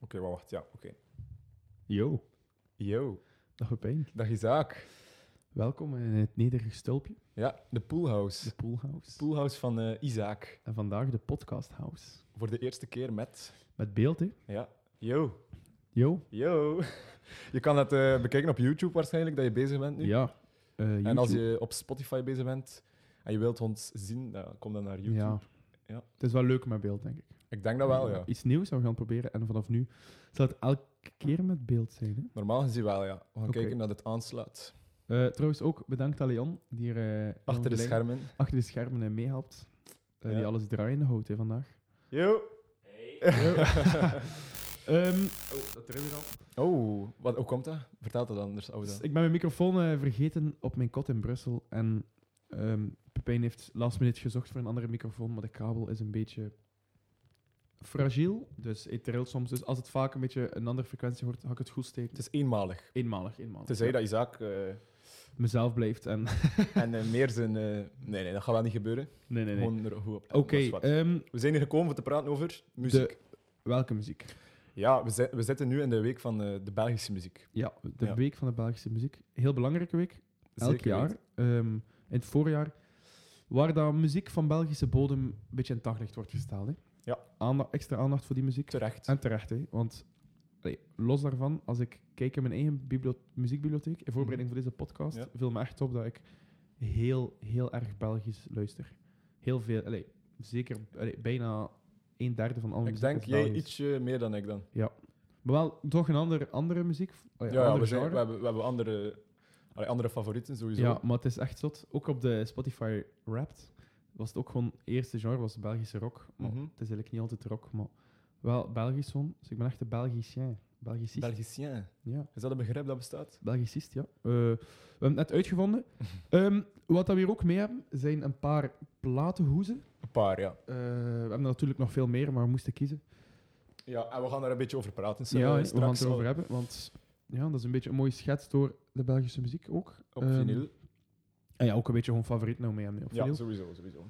Oké, wacht. Ja, oké. Yo, Yo, dag Pepijn. dag Isaac. Welkom in het nederige stulpje, Ja, de Poolhouse. de Poolhouse. Poolhouse van Isaac. En vandaag de Podcast House. Voor de eerste keer met... Met beeld, hè? Ja, yo. Yo. Yo. Je kan het bekijken op YouTube waarschijnlijk, dat je bezig bent nu. Ja. En als YouTube. je op Spotify bezig bent en je wilt ons zien, dan kom dan naar YouTube. Ja. Ja. Het is wel leuk met beeld, denk ik. Ik denk dat wel, ja. Iets nieuws dat we gaan proberen. En vanaf nu zal het elke keer met beeld zijn, hè? Normaal gezien wel, ja. We gaan Oké. kijken dat het aanslaat. Trouwens ook bedankt aan Leon, die er Achter de schermen. achter de schermen meehelpt. Ja. Die alles draaiende houdt, hè, vandaag. Yo. Dat er is al. Oh, hoe komt dat? Vertel dat anders, oude. Dus ik ben mijn microfoon vergeten op mijn kot in Brussel. En Pepijn heeft last minute gezocht voor een andere microfoon, maar de kabel is een beetje fragiel. Dus het trilt soms. Dus als het vaak een beetje een andere frequentie hoort, ga ik het goed steken. Het is eenmalig. Eenmalig. Tenzij dat Isaac Mezelf blijft en... en meer zijn... nee, dat gaat wel niet gebeuren. nee. Gewoon er goed op. Oké, Dat is wat. We zijn hier gekomen om te praten over muziek. welke muziek? Ja, we zitten nu in de week van de Belgische muziek. Ja, de Ja. week van de Belgische muziek. Heel belangrijke week. Elk Zeker jaar. weten. In het voorjaar, waar dat muziek van Belgische bodem een beetje in het daglicht wordt gesteld. Hè. Ja. Extra aandacht voor die muziek. Terecht. En terecht, hè. Want los daarvan, als ik kijk in mijn eigen muziekbibliotheek, in voorbereiding voor deze podcast, Ja. viel me echt op dat ik heel erg Belgisch luister. Heel veel, zeker bijna 1/3 van alle Ik muziek denk is jij Belgisch. ietsje meer dan ik dan. Ja. Maar wel toch een andere muziek. Ja, ander we genre. hebben andere favorieten sowieso. Ja, maar het is echt zot. Ook op de Spotify Wrapped was het ook gewoon... Het eerste genre was Belgische rock. Maar Mhm. het is eigenlijk niet altijd rock, maar wel Belgisch gewoon. Dus ik ben echt een Belgicien. Belgicist. Belgicien. Ja, Is dat een begrip dat bestaat? Belgicist, ja. We hebben het net uitgevonden. Wat dat we hier ook mee hebben, zijn een paar platenhoezen. Een paar, ja. We hebben natuurlijk nog veel meer, maar we moesten kiezen. Ja, en we gaan daar een beetje over praten. Ja, we gaan straks het erover al hebben, want ja, dat is een beetje een mooie schets door de Belgische muziek ook. op vinyl. En ja, ook een beetje gewoon favoriet nou mee hebben op Ja, vinyl. sowieso.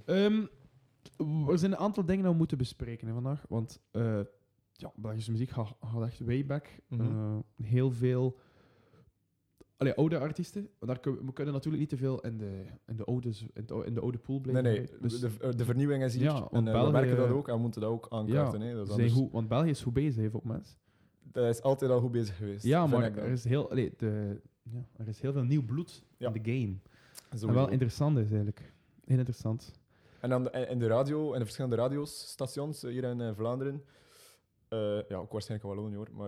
Er zijn een aantal dingen dat we moeten bespreken hè, vandaag. Want Belgische muziek gaat echt way back. Mhm. Heel veel oude artiesten. We kunnen natuurlijk niet te veel in de oude pool blijven. Nee, Dus, de vernieuwing is hier. Ja, want en we België- merken dat ook en we moeten dat ook aankaarten. Ja, hè. Dat, is zijn anders- goed, want België is goed bezig, hè, volgens mij. dat is altijd al goed bezig geweest. Ja, vind maar ik dan. er is heel veel nieuw bloed Ja. in de game. Sowieso. En wel interessant is eigenlijk. Heel interessant. En dan in de radio, in de verschillende radiostations hier in Vlaanderen, ja, ook waarschijnlijk in Wallonië hoor, maar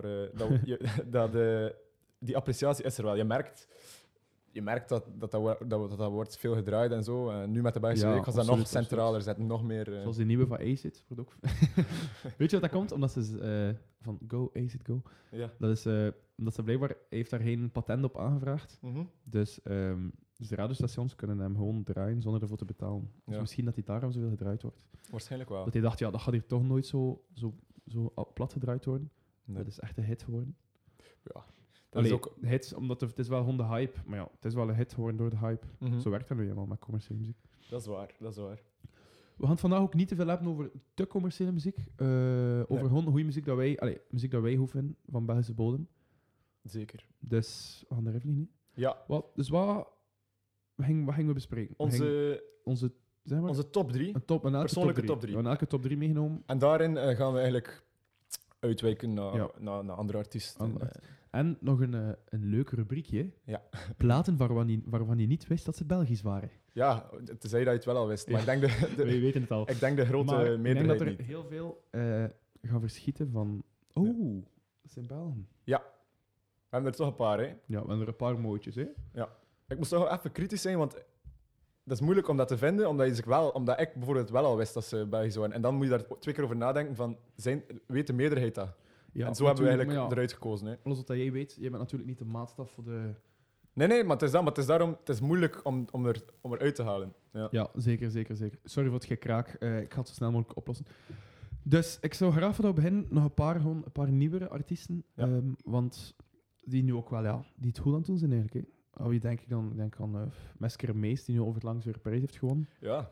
die appreciatie is er wel. Je merkt dat wordt veel gedraaid en zo. En nu met de Belgische Ja, Week gaan ze dat nog absoluut, centraler zetten, nog meer... Zoals die nieuwe van Acid wordt ook... Weet je wat dat komt? Omdat ze van Go, Acid, Go. ja. Dat is omdat ze blijkbaar... Hij heeft daar geen patent op aangevraagd. Mhm. Dus de radiostations kunnen hem gewoon draaien zonder ervoor te betalen. Dus Ja. misschien dat hij daarom zoveel gedraaid wordt. Waarschijnlijk wel. Dat hij dacht, ja, dat gaat hier toch nooit zo plat gedraaid worden. Nee. Dat is echt een hit geworden. Ja. Dat is Allee, ook... hits, omdat het is wel gewoon de hype. Maar ja, het is wel een hit geworden door de hype. Mhm. Zo werkt dat nu helemaal met commerciële muziek. Dat is waar, dat is waar. We gaan het vandaag ook niet te veel hebben over te commerciële muziek. Over gewoon goede muziek muziek dat wij goed vinden van Belgische bodem. Zeker. Dus we gaan daar even niet. Ja, Wat gingen we bespreken? onze top 3. Persoonlijke top drie. We hebben elke top 3 meegenomen. En daarin gaan we eigenlijk uitwijken Ja. naar andere artiesten. Andere En nog een leuk rubriekje. Ja. Platen waarvan je niet wist dat ze Belgisch waren. Ja, tenzij dat je het wel al wist. Maar ik denk We weten het al. ik denk de grote Maar ik denk meerderheid dat er niet. heel veel gaan verschieten van... Oh, dat zijn Belgen. We hebben er toch een paar, hè. Ja, we hebben er een paar mooitjes, hè. Ik moest toch wel even kritisch zijn, want dat is moeilijk om dat te vinden, omdat ik bijvoorbeeld wel al wist dat ze Belgisch waren. En dan moet je daar 2 keer over nadenken van, weet de meerderheid dat? Ja, en zo hebben we natuurlijk, eigenlijk maar ja, eruit gekozen, hè. alles wat jij weet, jij bent natuurlijk niet de maatstaf voor de... Nee, maar het is dat. Maar het is daarom... Het is moeilijk om eruit te halen. Ja. Ja, zeker. Sorry voor het gekraak. Ik ga het zo snel mogelijk oplossen. Dus ik zou graag voor dat beginnen nog een paar nieuwere artiesten. Ja. Want die nu ook wel, die het goed aan het doen zijn eigenlijk. Hè. Wie denk ik dan? Ik denk aan Mesker Mees, die nu over het langs weer prijs heeft gewonnen. Ja,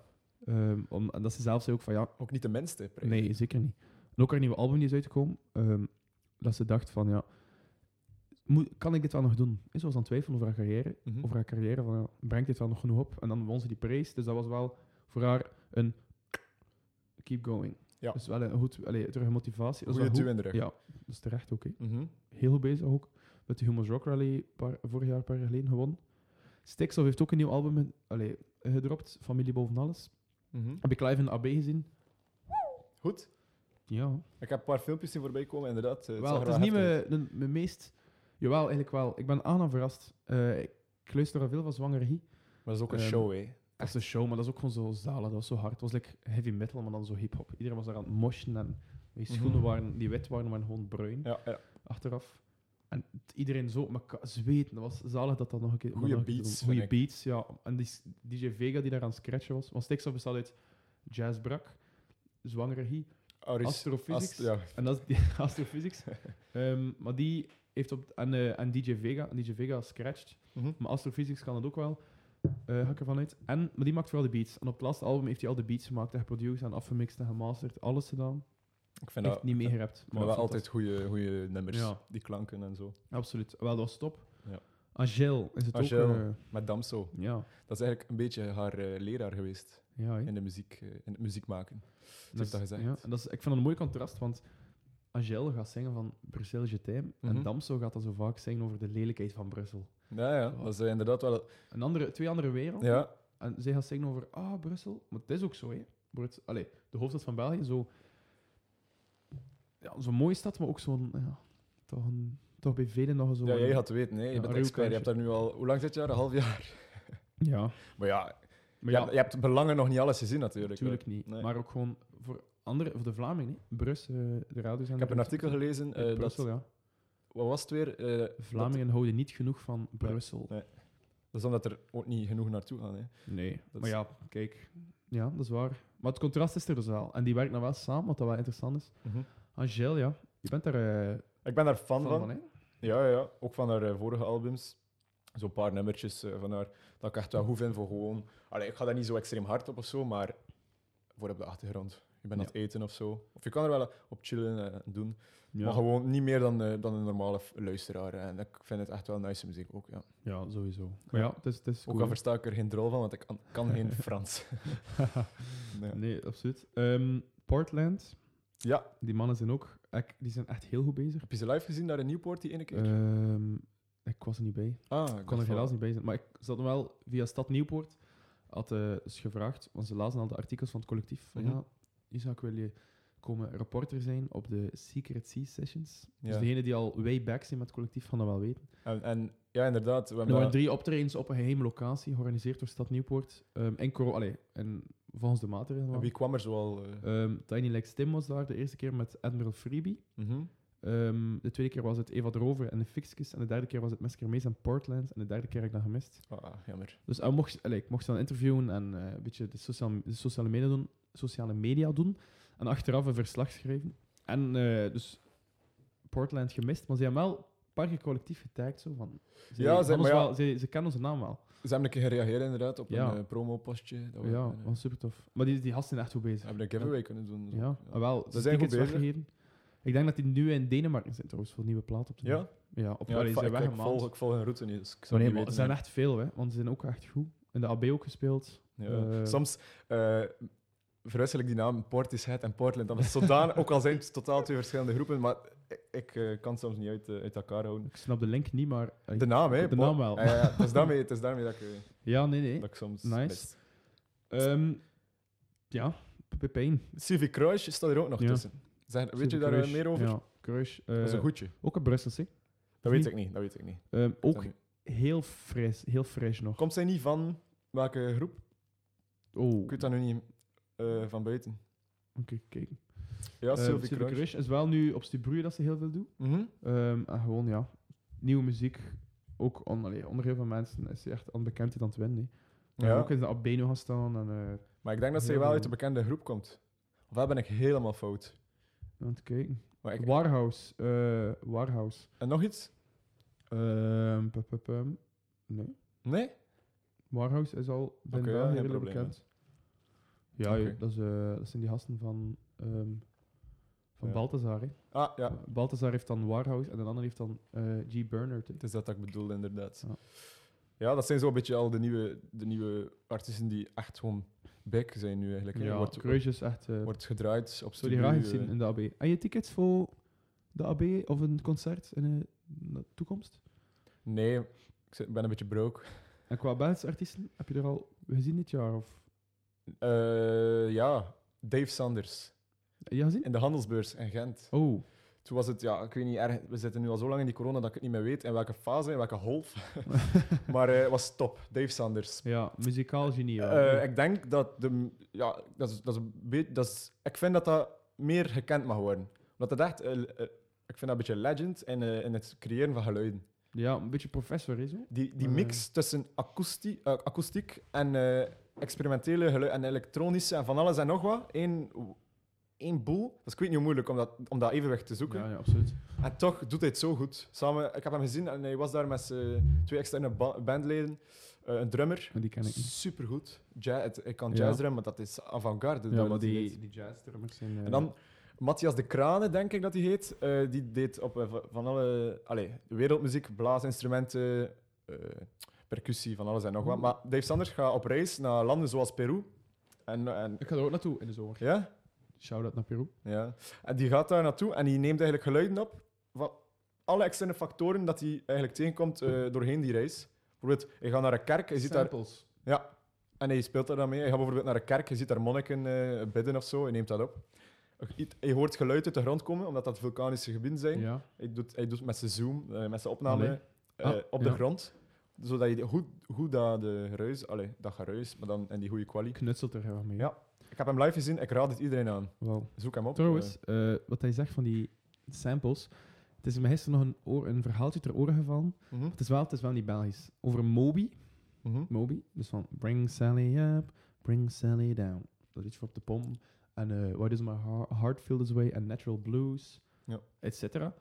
En dat ze zelf zei ook van ja, ook niet de minste prijs. nee, zeker niet. En ook haar nieuwe album die is uitgekomen. dat ze dacht van, ja, kan ik dit wel nog doen? Ze was aan het twijfelen over haar carrière, van, ja, brengt dit wel nog genoeg op? En dan won ze die prijs, dus dat was wel voor haar een keep going. Ja. Dus wel een goed, terug een motivatie. Dat is Goeie wel duw in de goed. rug. Ja, dat is terecht ook. Mhm. Heel goed bezig ook. Met de Humus Rock Rally vorig jaar, een paar jaar geleden gewonnen. Styxoff heeft ook een nieuw album gedropt, Familie Boven Alles. Mhm. Heb ik live in de AB gezien. Goed. Ja. Ik heb een paar filmpjes zien voorbij komen, inderdaad. Wel, het is niet mijn meest... Jawel, eigenlijk wel. Ik ben aangenaam verrast. Ik luister al veel van Zwangere Guy. Maar dat is ook een Ehm, show, hè. Dat is een show, maar dat is ook gewoon zo zalen. Dat was zo hard. Het was like heavy metal, maar dan zo hip-hop. Iedereen was daar aan het moshen en die schoenen waren, die wit waren gewoon bruin Ja. achteraf. En iedereen zo op elkaar zweten. Dat was zalig dat dat nog een keer... Goeie beats, Goede vind ik. beats, ja. En die DJ Vega die daar aan het scratchen was. Want Styxoff bestaat uit Jazz Brak, Zwangere Guy, Astrophysics. Ja. En dat is die Astrophysics. Maar die heeft op... En DJ Vega. En DJ Vega scratcht. Mhm. Maar Astrophysics kan het ook wel. Ga ik ervan uit. Maar die maakt vooral de beats. En op het laatste album heeft hij al de beats gemaakt en geproduced en afgemixt en gemasterd. Alles gedaan. Ik vind Echt dat, niet meegerept. ik vind dat wel altijd goede nummers. Ja. Die klanken en zo. Absoluut. Wel, dat was top. Ja. Angèle is het Angèle. ook... Met Damso. ja. Dat is eigenlijk een beetje haar leraar geweest Ja, hè. in de muziek, in het muziek maken. Ze heeft dat gezegd. Ja, en ik vind dat een mooi contrast, want Angèle gaat zingen van Bruxelles je t'aime Mhm. en Damso gaat dan zo vaak zingen over de lelijkheid van Brussel. Ja, dat is inderdaad wel... Twee andere werelden. Ja, En zij gaat zingen over, Brussel. Maar het is ook zo, hè. De hoofdstad van België, zo... Ja, zo'n mooie stad, maar ook zo'n... Ja, toch bij velen nog zo... ja, jij gaat het weten. Hè. Je Ja, bent een expert. Je ruw hebt daar nu al... Hoe lang zit je daar? Een half jaar? Ja. Maar ja, Maar je hebt belangen nog niet alles gezien natuurlijk. natuurlijk niet. Nee. Maar ook gewoon voor de Vlamingen, hè. Brussel, de radiozender. Ik heb een artikel gelezen. uit Dat, Brussel, ja. wat was het weer? Vlamingen houden niet genoeg van Brussel. Nee. Dat is omdat er ook niet genoeg naartoe gaan. Hè. Nee, Dat maar is- ja, kijk. Ja, dat is waar. Maar het contrast is er dus wel. En die werken nou wel samen, wat dat wel interessant is. Angèle, ja. Je bent daar Ik ben daar fan van. hè? Ja. Ook van haar vorige albums. Zo'n paar nummertjes van haar dat ik echt wel goed vind voor gewoon... Allee, ik ga daar niet zo extreem hard op of zo, maar voor op de achtergrond. Je bent aan het eten of zo. Of je kan er wel op chillen en doen. Ja. Maar gewoon niet meer dan een normale luisteraar. En ik vind het echt wel nice muziek ook, ja. Ja, sowieso. Maar ja, het is Ook cool. al versta ik er geen drol van, want ik kan geen Frans. Nee. Nee, absoluut. Portland, Ja, die mannen zijn ook... Die zijn echt heel goed bezig. heb je ze live gezien daar in Newport die ene keer? Ik was er niet bij. Ik Ik kon er helaas niet bij zijn. Maar ik zat wel via Stad Nieuwpoort. Had dus gevraagd, want ze lazen al de artikels van het collectief. Van, Mhm. ja, Isaac, wil je komen reporter zijn op de Secret Sea Sessions? Ja. Dus degene die al way back zijn met het collectief gaan dat wel weten. En ja, inderdaad. We Er hebben waren dat- 3 optredens op een geheime locatie, georganiseerd door Stad Nieuwpoort. En volgens de maatregelen. en wie kwam er zoal? Tiny Legs Tim was daar de eerste keer met Admiral Freebie. Mhm. De tweede keer was het Eva de Rover en de Fixkes. En de derde keer was het Meskermees en Portland. En de derde keer heb ik dat gemist. Jammer. Dus ik mocht ze dan interviewen en een beetje de sociale media doen. En achteraf een verslag schrijven. En dus Portland gemist. Maar ze hebben wel een paar keer collectief getagd. Zo, van, ze kennen onze naam wel. Ze hebben een keer gereageerd inderdaad op Ja. een promopostje. Dat we Ja, was super tof. Maar die gasten zijn echt goed bezig. hebben een giveaway kunnen doen. Zo. Ja, wel. Ze zijn goed tickets bezig. weggegeven. Ik denk dat die nu in Denemarken zijn trouwens voor een nieuwe plaat op te nemen. Ja? Ja, Ja, ze zijn weggemaand. ik volg hun route niet, dus ik Maar zou nee, niet maar er weten. zijn hè. echt veel, hè, want ze zijn ook echt goed. In de AB ook gespeeld. Ja. Soms verwissel ik die naam Portishead en Portland. Dat is zodanig, ook al zijn het totaal twee verschillende groepen, maar ik kan het soms niet uit elkaar houden. Ik snap de link niet, maar... De naam, hè? De naam wel. Ja, het is daarmee dat Ja, nee. ik soms Nice. mis. Ja, Pepijn. Sylvie Kruijs staat er ook nog Ja. tussen. Weet je daar Kruis. meer over? Ja, Kruis. Dat is een goedje. Ook een Brusselse. Dat weet ik niet. Ook heel fris nog. Komt zij niet van welke groep? Oh, Ik weet dat nu niet van buiten. oké, kijken. Ja, Sylvie Sylvie Kruijs. Kruis is wel nu op Stubruie dat ze heel veel doet. Mhm. En gewoon, ja, nieuwe muziek. Ook onder heel veel mensen is ze echt onbekend aan het winnen. Hè. Ja. Ook in de AB nog gaan staan. En, Maar ik denk dat zij Heel wel veel. uit de bekende groep komt. Of daar ben ik helemaal fout. aan het kijken. Maar Warhouse. En nog iets? Nee. Nee? Warhouse is al Oké, wel ja, geen heel probleem, bekend. Ja, Oké. dat zijn die gasten van Van Ja. Balthazar, hè. Ah, ja. Balthazar heeft dan Warhouse en de andere heeft dan G. Bernard. Hè. Het is dat ik bedoel, inderdaad. Ja. Ja, dat zijn zo'n beetje al de nieuwe artiesten die echt gewoon big zijn nu eigenlijk. Hè. Ja, Kruis is echt... Wordt gedraaid op zou die Stublu, graag eens zien in de AB. En je tickets voor de AB of een concert in de toekomst? Nee, ben een beetje broke. En qua Belgische artiesten, heb je er al gezien dit jaar? Of... Ja, Dave Sanders. Ja, gezien? In de Handelsbeurs in Gent. Oh. Toen was het, ja, ik weet niet, we zitten nu al zo lang in die corona dat ik het niet meer weet in welke fase, in welke golf. Maar het was top, Dave Sanders. Ja, muzikaal genie. wel. Ik denk dat ja, ik vind dat dat meer gekend mag worden. Omdat het echt, ik vind dat een beetje legend in het creëren van geluiden. Ja, een beetje professor is zo. Die mix tussen akoestiek en experimentele geluid en elektronische en van alles en nog wat, één boel. Dus ik weet niet hoe moeilijk om dat evenwicht te zoeken. Ja, ja, absoluut. En toch doet hij het zo goed. Samen, ik heb hem gezien en hij was daar met twee externe bandleden. Een drummer. Maar die ken ik niet. Supergoed. Ik kan Ja. jazzdrum, maar dat is avant-garde. Ja, dat maar is niet. die jazz-drummers zijn... En dan Matthias de Krane, denk ik dat hij heet. Die deed op van alle wereldmuziek, blaasinstrumenten, percussie, van alles en nog wat. Maar Dave Sanders gaat op reis naar landen zoals Peru. En, Ik ga er ook naartoe in de zomer. ja? Shout-out naar Peru. Ja. En die gaat daar naartoe en die neemt eigenlijk geluiden op van alle externe factoren dat hij eigenlijk tegenkomt doorheen die reis. Bijvoorbeeld, hij gaat naar een kerk, hij ziet daar... Samples. Ja, en hij speelt daar dan mee. Hij gaat bijvoorbeeld naar een kerk, je ziet daar monniken bidden of zo, hij neemt dat op. Hij hoort geluid uit de grond komen, omdat dat vulkanische gebieden zijn. Ja. Hij doet met zijn zoom, met zijn opname op de ja. grond, zodat je goed dat de geruis, dat geruis, maar dan in die goede kwaliteit. Knutselt er wel mee. Ja. Ik heb hem live gezien, ik raad het iedereen aan. Wauw. Zoek hem op. Trouwens, wat hij zegt van die samples. Het is me gisteren nog een verhaaltje ter oren gevallen. Mhm. Het is wel niet Belgisch. Over Moby. Mhm. Moby. Dus van Bring Sally up, bring Sally down. Dat is iets voor op de pomp. En Why Does My Heart Feel This Way? En Natural Blues. Ja. Et cetera.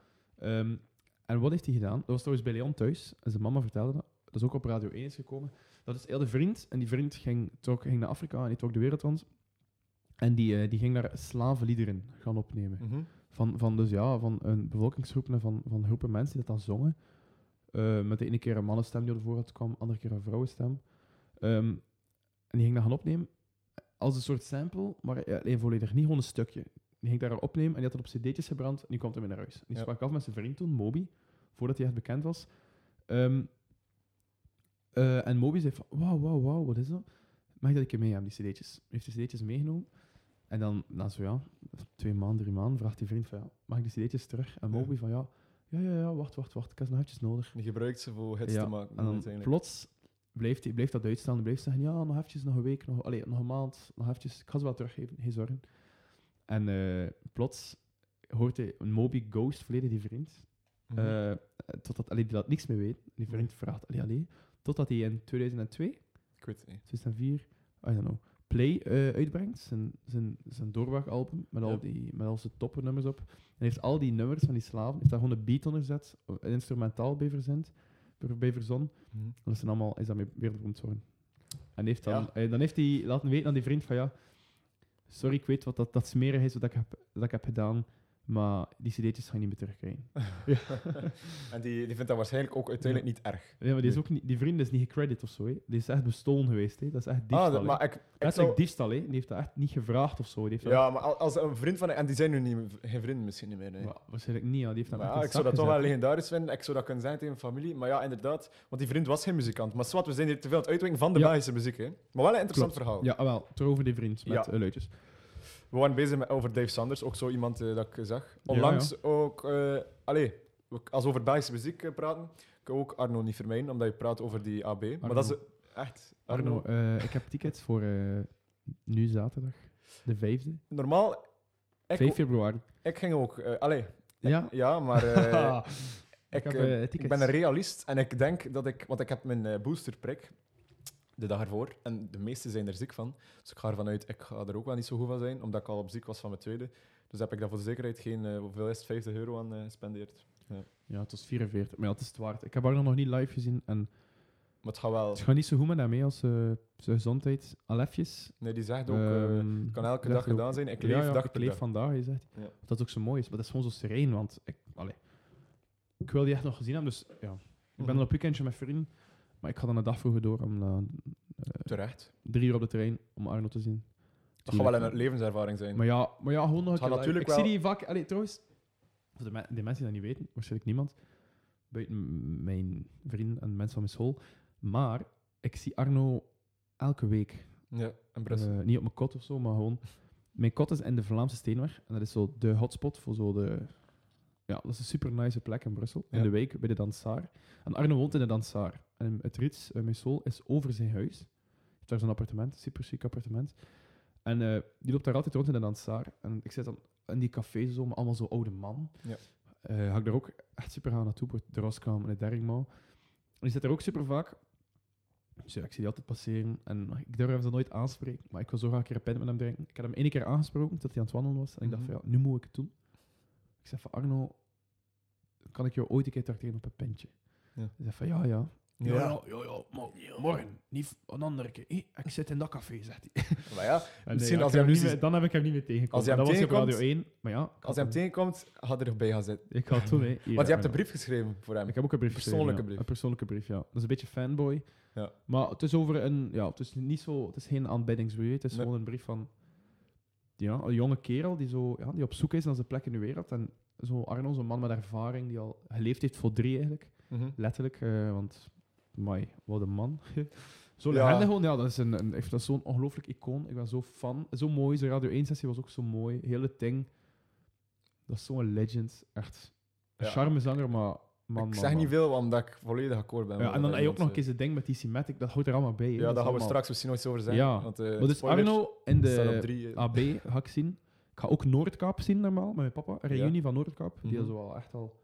En wat heeft hij gedaan? Dat was trouwens bij Leon thuis. En zijn mama vertelde dat. Dat is ook op Radio 1 is gekomen. Dat is heel de vriend. En die vriend ging naar Afrika en die trok de wereld rond. En die ging daar slavenliederen gaan opnemen. Mhm. Van een bevolkingsgroep en van groepen mensen die dat dan zongen. Met de ene keer een mannenstem die op de voorgrond kwam, de andere keer een vrouwenstem. En die ging dat gaan opnemen als een soort sample, maar volledig, niet gewoon een stukje. Die ging daar opnemen en die had het op cd'tjes gebrand en die kwam ermee naar huis. En die sprak af met zijn vriend toen, Moby, voordat hij echt bekend was. En Moby zei van, wauw, wat is dat? Mag dat ik je mee heb, die cd'tjes? Hij heeft de cd'tjes meegenomen. En dan, na zo 2 maanden, 3 maanden, vraagt die vriend van, mag ik die cd'tjes terug? En Moby van, ja, wacht, ik heb ze nog eventjes nodig. Die gebruikt ze voor hits te maken. En dan plots blijft dat uitstaan en blijft zeggen, ja, nog eventjes, nog een week, nog een maand, nog eventjes, ik ga ze wel teruggeven, geen zorgen. En plots hoort hij een Moby ghost volledig die vriend, totdat die dat niks meer weet. Die vriend vraagt, totdat hij in 2002, ik weet het niet. 2004, I don't know, Play uitbrengt, zijn doorwaakalbum, met al zijn toppernummers op. En heeft al die nummers van die slaven, heeft daar gewoon een beat onder gezet, een instrumentaal bij verzonnen. Mhm. Dat is dan is dat mee wereldberoemd geworden. En dan heeft hij laten weten aan die vriend van sorry, ik weet wat dat smerig is wat ik heb gedaan, maar die cd'tjes ga je niet meer terugkrijgen. En die vindt dat waarschijnlijk ook uiteindelijk niet erg. Ja, maar die vriend is niet gecredit of zo. Hè. Die is echt bestolen geweest. Hè. Dat is echt diefstal. Maar Dat is echt diefstal. Hè. Die heeft dat echt niet gevraagd of zo. Die heeft dat... Ja, maar als een vriend van... En die zijn nu geen vrienden misschien niet meer. Nee. Maar waarschijnlijk niet. Ja. Die heeft dat Maar echt ja, in ik zou dat zak toch wel gezet. legendarisch vinden. Ik zou dat kunnen zijn tegen mijn familie. Maar ja, inderdaad. Want die vriend was geen muzikant. Maar zwart, we zijn hier te veel aan het uitwinken van de Belgische muziek. Hè. Maar wel een interessant verhaal. Ja, wel. Terug over die vriend met luidjes. We waren bezig over Dave Sanders. Ook zo iemand dat ik zag. Onlangs ook... als we over Belgische muziek praten, kan ook Arno niet vermijden, omdat je praat over die AB. Arno. Maar dat is echt... Arno, ik heb tickets voor nu zaterdag, de 5e. Normaal... 5 februari. Ik ging ook... Ja? Ja, maar... Ik heb ik tickets. ben een realist en ik denk dat ik... Want ik heb mijn boosterprik de dag ervoor en de meesten zijn er ziek van. Dus ik ga ervan uit, ik ga er ook wel niet zo goed van zijn, omdat ik al op ziek was van mijn tweede. Dus heb ik daar voor de zekerheid geen... hoeveel is het? 50 euro aan gespendeerd. Ja, het was 44. Maar ja, het is het waard. Ik heb haar nog niet live gezien en Maar het gaat wel... Het gaat niet zo goed met hem mee als zijn gezondheid. Al eventjes. Nee, die zegt ook, het kan elke zegt dag hij ook, gedaan zijn. Ik leef dag ik per leef dag. vandaag, hij zegt. Ja. Dat ook zo mooi is. Maar dat is gewoon zo sereen, want ik wil die echt nog gezien hebben. Dus ja, ik ben dan op weekendje met vrienden. Maar ik ga dan een dag vroeger door om Terecht. 3 uur op de trein om Arno te zien. Dat gaat wel een levenservaring zijn. Maar ja, gewoon nog Het een gaat keer live. natuurlijk Ik zie wel- die vaak... Allee, trouwens, voor de mensen die dat niet weten, waarschijnlijk niemand, buiten mijn vrienden en mensen van mijn school, maar ik zie Arno elke week. Ja, in Brussel. Niet op mijn kot of zo, maar gewoon... Mijn kot is in de Vlaamse Steenweg. En dat is zo de hotspot voor zo de... Ja, dat is een super nice plek in Brussel. In Ja. de wijk, bij de Dansaar. En Arno woont in de Dansaar. En het Rits, mijn school, is over zijn huis. Hij heeft daar zo'n appartement, super chic appartement. En die loopt daar altijd rond in de Dansaar. En ik zit dan in die cafés zo, met allemaal zo oude man. Ja. Ga ik daar ook echt super gaan naartoe, voor de Roskam en de Derringmouw. En die zit daar ook super vaak. Dus ja, ik zie die altijd passeren. En ik durf hem zo nooit aanspreken. Maar ik wil zo graag een keer een pint met hem drinken. Ik had hem 1 keer aangesproken, dat hij aan het wandelen was. En ik dacht van, ja, nu moet ik het doen. Ik zei van, Arno, kan ik jou ooit een keer tracteren op een pintje? Ja. Hij zei van, ja. Ja, Ja. morgen. Niet een andere keer. Hé, ik zit in dat café, zegt hij. Maar ja, En misschien ja, als ik hij heb hem nu dan heb ik hem niet meer tegengekomen. Als hij hem dat was op Radio tegenkomt- 1. Maar ja, als hij hem tegenkomt, gaat hij erbij gaan zitten. ik ga het doen, hè. Hier, Want je hebt Arno. een brief geschreven voor hem. Ik heb ook een brief Persoonlijke geschreven, ja. brief. Een persoonlijke brief, ja. Dat is een beetje fanboy. Ja. Maar het is over een... Ja, het is niet zo... Het is geen aanbiddingsbrief. Het is Nee. gewoon een brief van... Ja, een jonge kerel die, zo, ja, die op zoek is naar zijn plek in de wereld. En zo Arno, zo'n man met ervaring, die al geleefd heeft voor 3 eigenlijk. Mhm. Letterlijk. Want... Mai, wat een man. Zo Ja. legende gewoon. Ja, dat is, dat is zo'n ongelooflijk icoon. Ik ben zo fan. Zo mooi. Zijn Radio 1-sessie was ook zo mooi. Heel het ding. Dat is zo'n legend. Echt. Een Ja. charmezanger, maar... Man, Ik man, zeg man. niet veel, omdat ik volledig akkoord ben. Ja, met en dan wat heb je ook nog een hij keer het ding met die Cinematic, dat houdt er allemaal bij. hè. Ja, Dat daar is gaan we allemaal- straks misschien nog eens over zeggen. Ja. Want, Maar dus spoilers Arno in staan op de 3. AB ga ik zien. Ik ga ook Noordkaap zien normaal, met mijn papa. Een reunie van Noordkaap. Die Mhm. is zo al echt al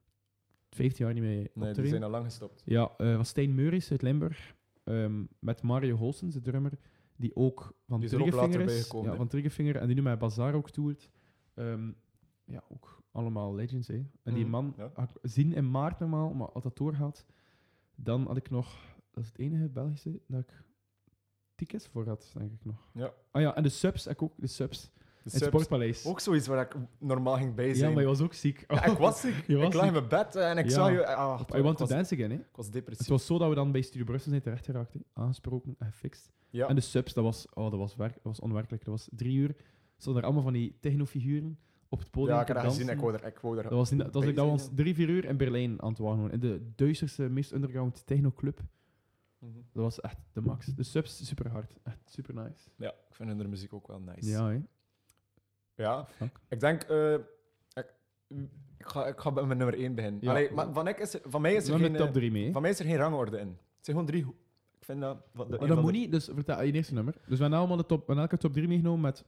15 jaar niet meer Nee, die optreden. zijn al lang gestopt. Ja, van Stijn Meuris uit Limburg. Met Mario Holsens, de drummer, die ook van Die is er ook later Triggerfinger is. bijgekomen, Ja, hè. van Triggerfinger. En die nu met Bazaar ook toert. Ja, ook allemaal legends, hè. En die Mhm, man ja. ga ik zien in maart normaal, maar als dat doorgaat, dan had ik nog... Dat is het enige Belgische dat ik tickets voor had, denk ik nog. Ja. Ah ja, en de subs, ik ook de subs. De Het subs, Sportpaleis. ook zoiets waar ik normaal ging bij Ja, zijn. maar je was ook ziek. Ja, ik was ziek. Je was Ik lag in ziek. mijn bed en ik Ja. zag je... I want ik, to was, dance again, hè. ik was Het depressief. was zo dat we dan bij Studio Brussel zijn terechtgeraakt, hè. Aangesproken en gefixt. Ja. En de subs, dat was onwerkelijk. Dat was 3 uur. Stonden er allemaal van die technofiguren op het podium Ja, ik te heb dat dansen. gezien. Ik wou er Dat was, dat was bij ik dat we zijn, ons 3-4 uur in Berlijn aan het wagen waren. In de duisterste, meest underground technoclub. ja. Mhm. Dat was echt de max. De subs, super hard. Echt super nice. Ja, ik vind hun muziek ook wel nice. Ja, hè. Ja, Fuck. ik denk... ik ga bij mijn nummer 1 beginnen. Ja. Allee, maar van mij is er Dan geen... met top 3 mee, hè. Van mij is er geen rangorde in. Het zijn gewoon 3... Ik vind dat... Maar dat moet niet, dus vertel je eerste nummer. Dus we hebben allemaal we hebben elke top 3 meegenomen met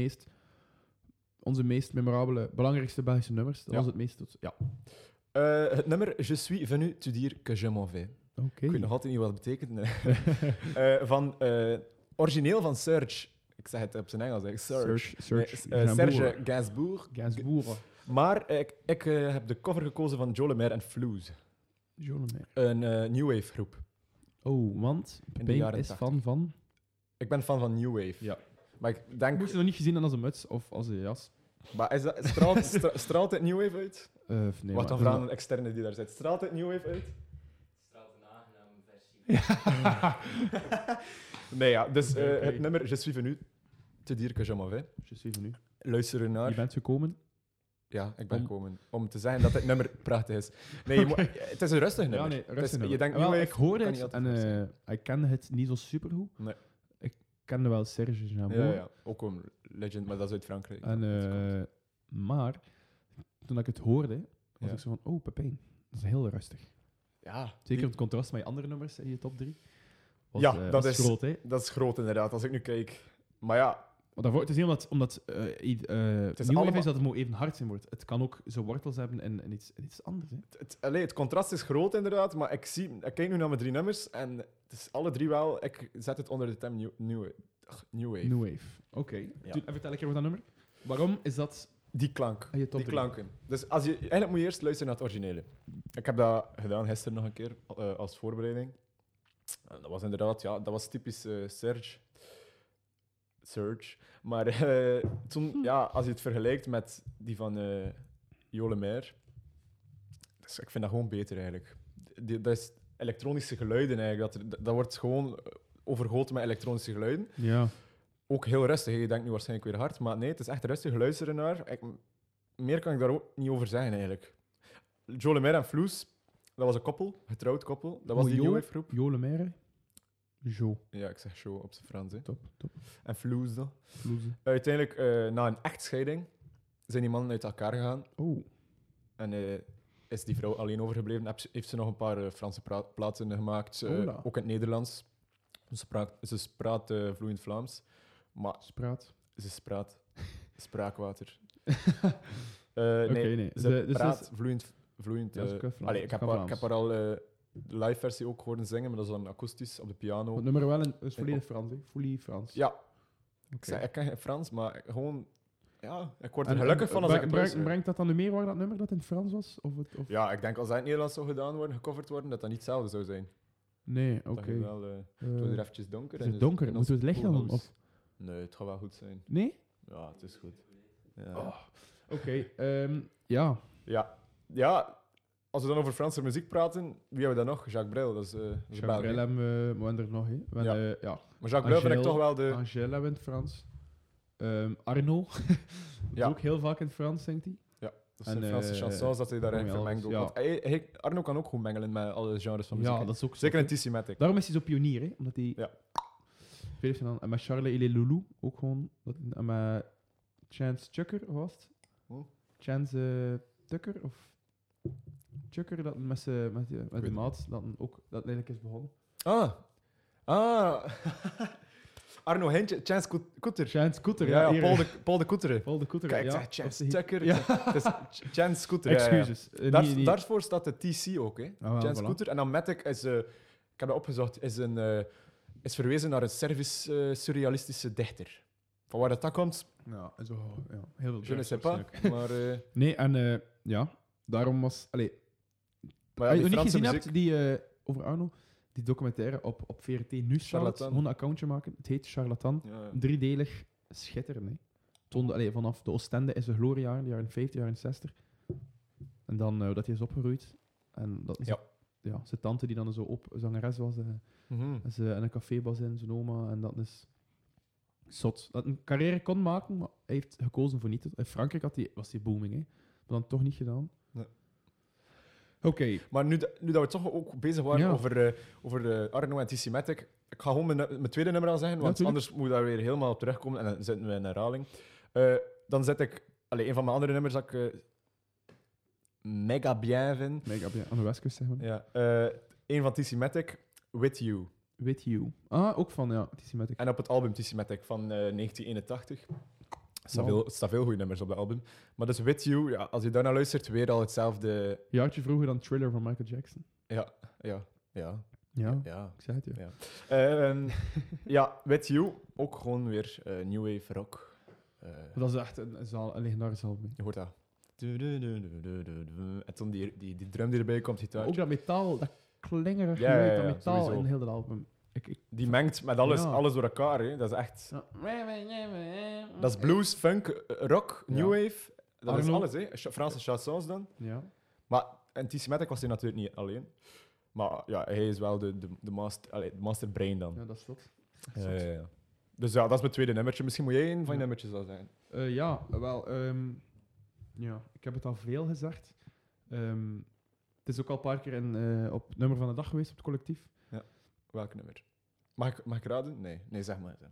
onze meest memorabele, belangrijkste Belgische nummers. Dat Ja. was het meest... Ja. Het nummer Je suis venu te dire que je m'en vais. Oké. Ik weet nog altijd niet wat het betekent. Van origineel van Serge. Ik zeg het op zijn Engels, hè. Serge. Serge Gainsbourg. Gainsbourg. Maar ik heb de cover gekozen van Joe Lemaire en Flues. Jollemer. Een New Wave groep. Oh, want de Pepijn jaren is 80. fan van... Ik ben fan van New Wave. Ja. Maar ik denk... Moest je nog niet gezien dan als een muts of als een jas? Maar straalt het New Wave uit? Nee, Wacht, dan vragen een externe die daar zit. Straalt het New Wave uit? Straalt een aangename versie. Nee, ja. Dus Oké. het nummer Je suis venu te dire que je m'en vais. Je suis venu. Luister ernaar. Je bent gekomen. Ja, ik ben Om- gekomen om te zeggen dat dit nummer prachtig is. Nee, je moet- het is een rustig nummer. Ja, nee, Het is- rustig nummer. Je denkt, Wel, New ik Wave hoorde kan het niet altijd en goed zijn. ik kende het niet zo supergoed. Nee. Ik kende wel Serge Gainsbourg. Ja, ja, ook een legend, maar dat is uit Frankrijk. En, maar toen ik het hoorde, was Ja. ik zo van, oh, Pepijn, dat is heel rustig. Ja, Zeker het contrast met je andere nummers in je top 3. Ja, dat is- groot, hè. dat is groot inderdaad, als ik nu kijk. Maar ja, Maar daarvoor, het is niet omdat is New Wave allemaal- is dat het moet even hard zijn wordt. Het kan ook zo wortels hebben in iets anders. Hè. het contrast is groot inderdaad, maar ik kijk nu naar mijn 3 nummers en het is alle 3 wel. Ik zet het onder de term New Wave. New Wave. Oké. Ja. Doe- Vertel een keer wat dat nummer. Waarom is dat Die klank. in je top Die 3? klanken. Dus eigenlijk moet je eerst luisteren naar het originele. Ik heb dat gedaan gisteren nog een keer als voorbereiding. En dat was inderdaad, ja, dat was typisch Serge. Maar toen, ja, als je het vergelijkt met die van Jo Le Maire, dus ik vind dat gewoon beter eigenlijk. Dat is elektronische geluiden eigenlijk. Dat wordt gewoon overgoten met elektronische geluiden. Ja. Ook heel rustig. Je denkt nu waarschijnlijk weer hard, maar nee, het is echt rustig. Luister ernaar. Meer kan ik daar ook niet over zeggen eigenlijk. Jo Le Maire en Floes, dat was een koppel, getrouwd koppel. Dat was die New Wave groep. Jo Le Maire. Jo. Ja, ik zeg show op zijn Frans. Hè. Top. En Floes dan. Vloeze. Uiteindelijk, na een echtscheiding, zijn die mannen uit elkaar gegaan. Oh. En is die vrouw alleen overgebleven. Heeft ze nog een paar Franse plaatsen gemaakt. Hola. Ook in het Nederlands. Ze praat vloeiend Vlaams. Maar Spraat. ze spraakwater. Oké, nee, nee. ze Dus praat vloeiend. Ja, dat is ook Vlaams. Allee, ik heb haar al de live versie ook horen zingen, maar dat is dan akoestisch op de piano. het nummer wel is volledig Frans, hè? Fully Frans. Ja, Oké. ik ken geen Frans, maar gewoon... Ja, ik word er En- gelukkig en van als ik het luister. Brengt dat dan nu meer waar dat nummer dat in het Frans was? Of... Ja, ik denk als dat in het Nederlands zou gedaan worden, gecoverd worden, dat dat niet hetzelfde zou zijn. Nee, Dat oké. je wel, het wordt hier eventjes donker. Is en het donker? in Moeten we het ons licht aan doen? poolhuis. Of... Nee, het gaat wel goed zijn. Nee? Ja, het is goed. Ja. Oh. Oké, ja. Ja, als we dan over Franse muziek praten, wie hebben we dan nog? Jacques Brel, dat is Jacques België. Brel hebben we er nog, hè. We Ja. hebben, ja. Maar Jacques Brel vind ik Angèle- toch wel de... Angèle hebben we in het Frans. Arno. Ja. Ook heel vaak in het Frans, zingt hij. Dat zijn En, Franse chansons, dat hij daar eigenlijk Romy vermengt ook. Elvis, Want Arno kan ook goed mengelen met alle genres van muziek. Ja, hè. dat is ook Zeker in zot, hè. Tissimatic. Daarom is hij zo pionier, hè. Omdat hij... Ja. Veel heeft gedaan. En met Charlie et les Loulou ook gewoon. En met Chance Tucker, of was het? Hm? Chance Tucker, of... Tucker, dat met de weet maat, dat eigenlijk is begonnen. Ah. Arno Hintje, Chance Koeter. Chance Koeter, Ja, hier. Paul de Koetere. Paul de Koeter, Kijk, ik ja. zeg Chance Of de- Tucker. Ja. Het is Chance Scooter. ja, ja. Excuses. Daarvoor staat de TC ook, hè? wel, Chance voilà. Scooter. En dan Matic is, ik heb dat opgezocht, is verwezen naar een Servisch-surrealistische dichter. Van waar dat komt, Ja, zo, ja, heel veel je ne drugs sais pas. waarschijnlijk. Maar, Nee, en ja, daarom was... Allee, maar als ja, je die nog niet Franse gezien muziek... hebt, die, over Arno, die documentaire op VRT nu staat, Charlatan. gewoon een accountje maken. Het heet Charlatan. Ja. Driedelig, schitterend. Hè. Toonde, allee, vanaf de Oostende is de gloriejaren, de jaren 50, jaren 60. En dan dat hij is opgegroeid. En dat is Ja. zijn tante die dan zo zangeres was. Mhm. En ze in een café was in zijn oma. En dat is zot. Dat een carrière kon maken, maar hij heeft gekozen voor niet. In Frankrijk was hij booming, hè. Maar dan toch niet gedaan. Nee. Oké. Maar nu dat we toch ook bezig waren Ja. over Arno en Tissimatic, ik ga gewoon mijn tweede nummer al zeggen, want tuurlijk. anders moet ik daar weer helemaal op terugkomen en dan zitten we in herhaling. Dan zet ik... een van mijn andere nummers dat ik mega bien vind. Mega bien. Aan de westkust, zeg maar. Ja, een van Tissimatic, With You. With You. Ah, ook van, ja, Tissimatic. En op het album Tissimatic van 1981. Wow. Er staan veel goede nummers op dat album. Maar dus With You, ja, als je daarnaar luistert, weer al hetzelfde... Jaartje vroeger dan Thriller van Michael Jackson. Ja. Ja, ik zei het, ja. Ja, With You, ook gewoon weer New Wave rock. Dat is echt een legendarisch album. Je hoort dat. En toen die drum die erbij komt, gitaar. Ook dat metaal, dat klingerig Ja, geluid, ja, dat ja, metaal sowieso. in heel dat album. Die mengt met alles, Ja. alles door elkaar. Hè. Dat is echt... Dat is blues, funk, rock, Ja. new wave. Dat is Arno. alles, hè. Franse chansons dan. Ja. Maar in Tissimatic was hij natuurlijk niet alleen. Maar ja, hij is wel de masterbrain dan. Ja, dat is dat. Ja. Dus ja, dat is mijn tweede nummertje. Misschien moet jij een van je Ja. nummertjes al zijn. Ja, wel. Ja, ik heb het al veel gezegd. Het is ook al een paar keer op nummer van de dag geweest op het collectief. Welk nummer? Mag ik raden? Nee, zeg maar.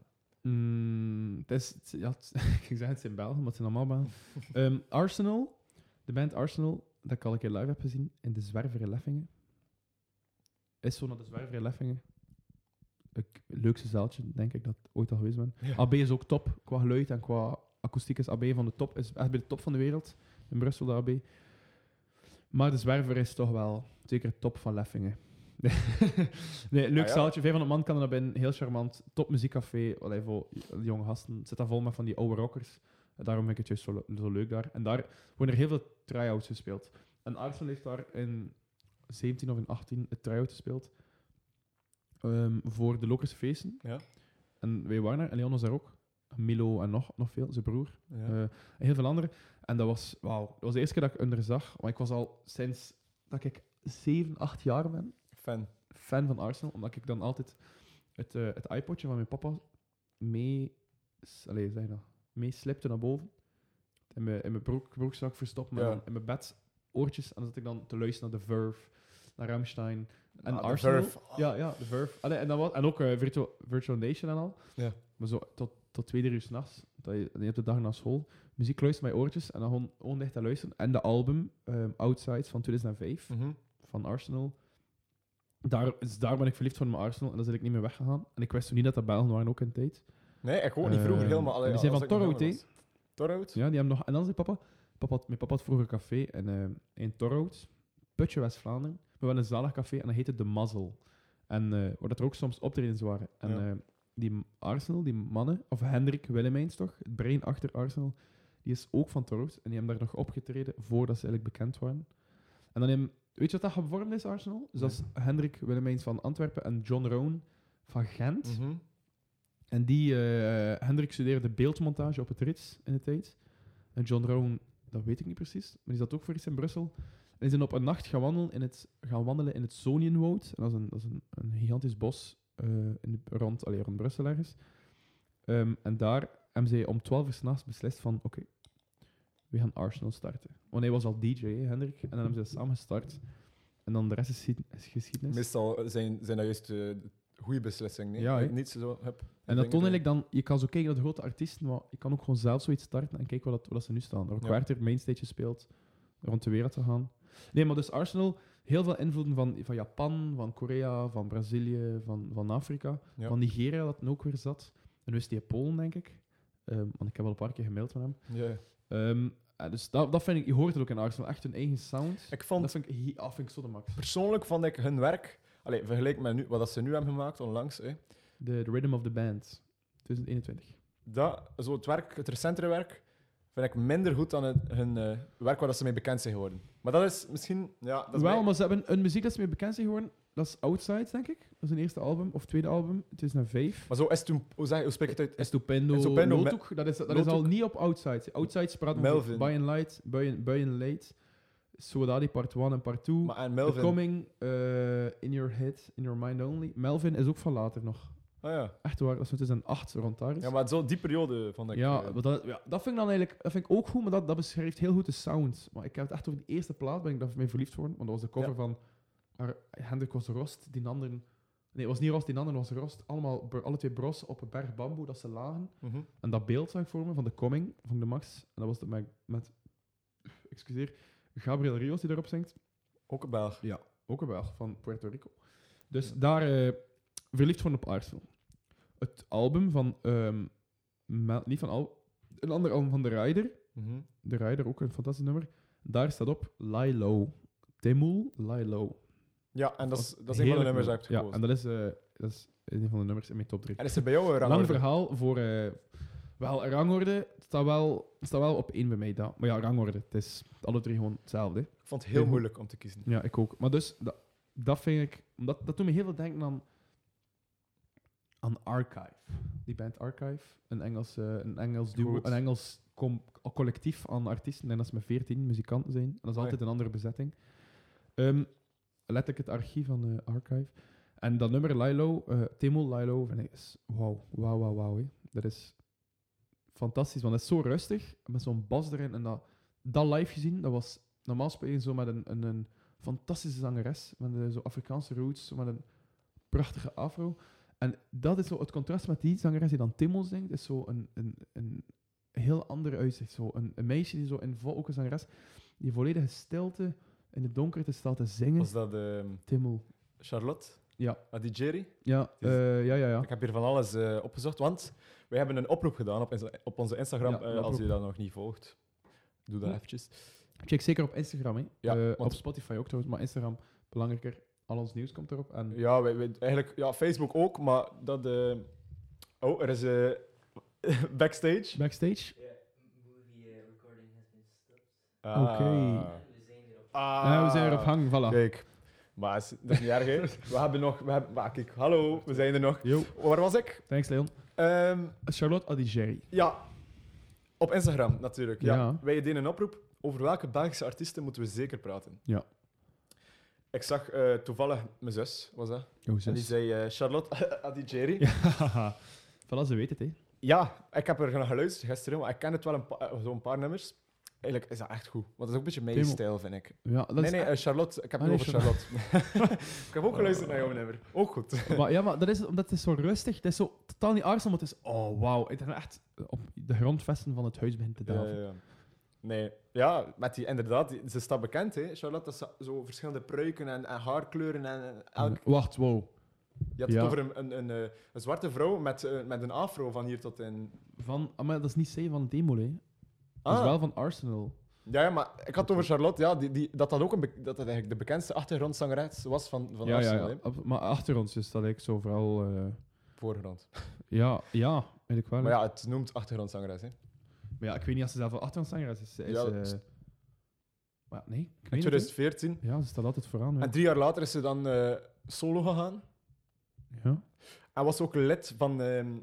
Ik zeg het zijn Belgen, maar het zijn allemaal Belgen. Arsenal, de band Arsenal, dat ik al een keer live heb gezien in de Zwerver in Leffingen. Is zo naar de Zwerver in Leffingen. Het leukste zaaltje, denk ik, dat ik ooit al geweest ben. Ja. AB is ook top, qua geluid en qua akoestiek is AB van de top. Is echt bij de top van de wereld, in Brussel, de AB. Maar de Zwerver is toch wel zeker top van Leffingen. Nee, leuk Ah, ja? zaaltje, 500 man kan er naar binnen, heel charmant. Top muziekcafé, allee, voor jonge gasten. Het zit daar vol met van die oude rockers. Daarom vind ik het juist zo leuk daar. En daar worden er heel veel try-outs gespeeld. En Arsenal heeft daar in 17 of in 18 het try-out gespeeld. voor de Lokerse feesten. Ja. En wij waren er, en Leon was daar ook. Milo en nog veel, zijn broer. Ja. En heel veel anderen. En dat was, wauw, dat was de eerste keer dat ik hun er zag. Want ik was al sinds dat ik 7, 8 jaar ben fan van Arsenal. Omdat ik dan altijd het iPodje van mijn papa meeslepte naar boven. In mijn broekzak verstopt, maar Ja. dan in mijn bed oortjes. En dan zat ik dan te luisteren naar The Verve, naar Rammstein en The Arsenal. Verve. Ja, The Verve. Allee, en ook Virtual Nation en al. Ja. Maar zo tot 2, 3 uur s'nachts, dat je hebt de dag na school, muziek luisteren met oortjes en dan gewoon echt te luisteren. En de album Outsides van 2005 Mhm. van Arsenal. Daar ben ik verliefd van mijn Arsenal en daar zit ik niet meer weggegaan. En ik wist toen niet dat Belgen waren ook in de tijd. Nee, ik ook niet vroeger helemaal. en die zijn van Torhout, hè? Torhout? Ja, die hebben nog... En dan zei mijn papa had vroeger een café in Torhout, Putje, West-Vlaanderen. We hadden een zalig café en dat heette De Mazzel. En waar dat er ook soms optredens waren. En Ja. die Arsenal, die mannen, of Hendrik Willemijns toch, het brein achter Arsenal, die is ook van Torhout. En die hebben daar nog opgetreden voordat ze eigenlijk bekend waren. En dan weet je wat dat gevormd is, Arsenal? Dus dat is Hendrik Willemijns van Antwerpen en John Rowan van Gent. Mhm. En die, Hendrik studeerde beeldmontage op het Rits in de tijd. En John Rowan, dat weet ik niet precies, maar die zat ook voor iets in Brussel. En die zijn op een nacht gaan wandelen in het Zonienwoud. En dat is een gigantisch bos rond Brussel ergens. En daar hebben zij om 12 uur 's nachts beslist van, oké, we gaan Arsenal starten. Want hij was al DJ, hè, Hendrik. En dan hebben ze dat samen gestart. En dan de rest is geschiedenis. Meestal zijn dat juist goede beslissingen. Nee? Ja, hè. Niet zo. En dat toon eigenlijk dan, je kan zo kijken naar de grote artiesten, maar je kan ook gewoon zelf zoiets starten en kijken wat dat ze nu staan. Rock Werther, mainstage gespeeld, rond de wereld te gaan. Nee, maar dus Arsenal, heel veel invloeden van Japan, van Korea, van Brazilië, van Afrika, Ja. van Nigeria dat ook weer zat. En nu is die Polen, denk ik. Want ik heb al een paar keer gemaild van hem. Ja. Dus dat vind ik, je hoort het ook in Arsenal, echt hun eigen sound. Ik vond, Dat vind ik zo de max. persoonlijk vond ik hun werk, vergeleken met wat ze nu hebben gemaakt onlangs, The Rhythm of the Band, 2021. het recentere werk, vind ik minder goed dan hun werk waar dat ze mee bekend zijn geworden. Maar dat is misschien... Ja, dat is Wel, maar ze hebben een muziek dat ze mee bekend zijn geworden. Dat is Outsides, denk ik. Dat is hun eerste album, of tweede album. Het is naar 5. Maar zo is toen... Hoe spreek je het uit? Estupendo, Lotuk. Dat is al niet op Outsides. Outsides praat over Melvin. By and Light, By and Late, Soledadi Part 1 en Part 2. Maar en The Melvin... Coming, In Your Head, In Your Mind Only. Melvin is ook van later nog. Ah ja. Echt waar, dat is 2008 rond daar is. Ja, maar zo die periode vond ik... Ja, maar dat vind ik dan eigenlijk dat vind ik ook goed, maar dat beschrijft heel goed de sound. Maar ik heb het echt over de eerste plaat, ben ik daar mee verliefd geworden. Want dat was de cover van Hendrik was Rost, die andere... Nee, het was niet Rost, die andere was Rost. Alle twee bros op een berg bamboe dat ze lagen. Mhm. En dat beeld zag ik voor me van The Coming, van de Max. En dat was met Gabriel Rios die daarop zingt. Ook een Belg. Ja, ook een Belg van Puerto Rico. Dus daar verliefd van op Arsenal. Het album van... niet van een ander album van The Rider. Mhm. The Rider, ook een fantastisch nummer. Daar staat op Lie Low. Temul, Lie Low. Ja, en dat is een van de nummers dat ik heb Ja, gekozen. en dat is een van de nummers in mijn top 3. En is er bij jou een Lang rangorde? verhaal voor... wel, rangorde het staat wel op 1 bij mij. Dat. Maar ja, rangorde. Het is alle 3 gewoon hetzelfde. Hè. Ik vond het heel moeilijk om te kiezen. Ja, ik ook. Maar dus, dat vind ik... Dat doet me heel veel denken aan Archive. Die band Archive. Een Engels duo. Goed. Een Engels collectief aan artiesten. En dat is met 14 muzikanten zijn. En dat is altijd een andere bezetting. Letterlijk het archief van Archive. En dat nummer Lilo, Temul Lilo, vind ik is wauw. Hè. Dat is fantastisch, want het is zo rustig. Met zo'n bas erin. En dat live gezien, dat was... Normaal speel je zo met een fantastische zangeres. Met zo Afrikaanse roots, zo met een prachtige afro. En dat is zo het contrast met die zangeres die dan Temul zingt, is zo een heel ander uitzicht. Zo een meisje die zo ook een zangeres, die volledige stilte in het donker staat te zingen. Was dat Temul. Charlotte? Ja. Adijeri? Ja, ja. Ik heb hier van alles opgezocht, want wij hebben een oproep gedaan op onze Instagram. Ja, een als oproep. je dat nog niet volgt, doe dat Ja. eventjes. Check zeker op Instagram, hè. Ja, Op want- Spotify ook trouwens, maar Instagram belangrijker. Al ons nieuws komt erop. En Ja, eigenlijk, Facebook ook, maar dat... er is backstage. backstage. Yeah, movie recording has been stopped. Ah. Oké. We zijn weer op. We zijn er op hang, voilà. Kijk, Maar dat is niet erg, hè. Maar kijk, hallo, we zijn er nog. Yo, Waar was ik? thanks Leon. Charlotte Adigéry. Ja, op Instagram natuurlijk. Ja. Ja. Wij deden een oproep. Over welke Belgische artiesten moeten we zeker praten? Ja. Ik zag toevallig mijn zus, was dat? Oh, En die zei Charlotte Adigéry. Ja, voilà, ze weet het, hè. Ja, ik heb er nog geluisterd gisteren, maar ik ken het wel zo'n paar nummers. Eigenlijk is dat echt goed. Want dat is ook een beetje mijn Timo. stijl, vind ik. Ja, dat is Charlotte. Ik heb Ah, het nee, over Charlotte. Ik heb ook geluisterd naar jouw nummer. Ook goed. maar dat is omdat het is zo rustig. Het is zo totaal niet Arsenal, maar het is... Oh, wauw. Ik denk echt op de grondvesten van het huis begint te daven. Ja. Nee, ja, met die, inderdaad, ze staat bekend, hè. Charlotte, dat is zo verschillende pruiken en haarkleuren. En elk, Wacht, wow. je had Ja. het over een zwarte vrouw met een afro van hier tot in... Maar dat is niet zij van Demo, hè. Dat is wel van Arsenal. Ja, maar ik had het over Charlotte, ja, dat ook dat eigenlijk de bekendste achtergrondzangeres was van Arsenal, hè. Maar achter ons is dat ik zo vooral... Voorgrond. ja, weet ik wel. Maar ja, het noemt achtergrondzangeres, hè. Maar ja, ik weet niet als ze zelf een achtergrondzangeres is. Ja, dat is- Maar ja, nee, ik In weet het, hè. 2014. Ja, ze staat altijd vooraan. Ja. En 3 jaar later is ze dan solo gegaan. Ja. En was ook lid van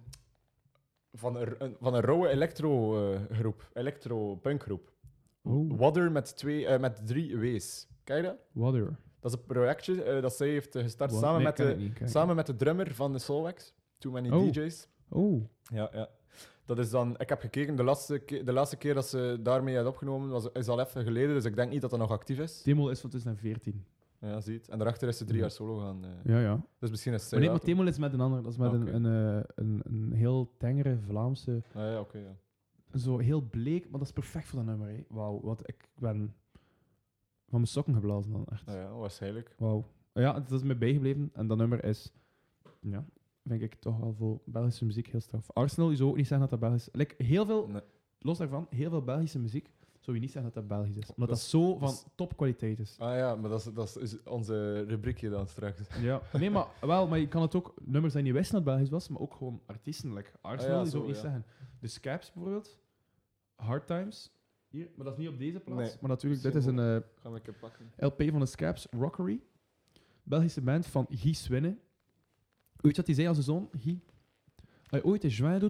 een rauwe electro-groep. Electro-punkgroep. Oh, Water met 3 W's. Kijk je dat? Water. Dat is een projectje dat zij heeft gestart samen met de drummer van de Soulwax. Too Many Oh. DJ's. Oh, Ja. Dat is dan... Ik heb gekeken, de laatste keer dat ze daarmee had opgenomen is al even geleden, dus ik denk niet dat dat nog actief is. Temol is van 2014. Ja, ziet. En daarachter is ze 3 jaar solo gaan. Ja. Dus misschien is ze... Maar nee, maar Temol is met een ander. Dat is met Oké. een heel tengere Vlaamse... Ja, oké, ja. Zo heel bleek, maar dat is perfect voor dat nummer. Hè. Wauw, want ik ben van mijn sokken geblazen dan, echt. Ja, waarschijnlijk. Wauw. Ja, het is me bijgebleven. En dat nummer is, ja, vind ik toch wel voor Belgische muziek heel straf. Arsenal, je zou ook niet zeggen dat dat Belgisch is. Heel veel, Nee. los daarvan, heel veel Belgische muziek zou je niet zeggen dat dat Belgisch is. Omdat dat, Dat is- zo dat van is- topkwaliteit is. Ah ja, maar dat is onze rubriekje dan straks. Ja. Nee, maar je kan het ook, nummers zijn niet wisten dat het Belgisch was, maar ook gewoon artiesten. Like Arsenal, Ah ja, je zou zo, niet ja. zeggen. De Scaps bijvoorbeeld, Hard Times, hier, maar dat is niet op deze plaats. Nee. Maar natuurlijk, dit is een Gaan we een keer pakken. LP van de Scaps, Rockery. Belgische band van Guy Swinne. Weet je wat hij zei als zijn zoon? Guy, als je ooit een joint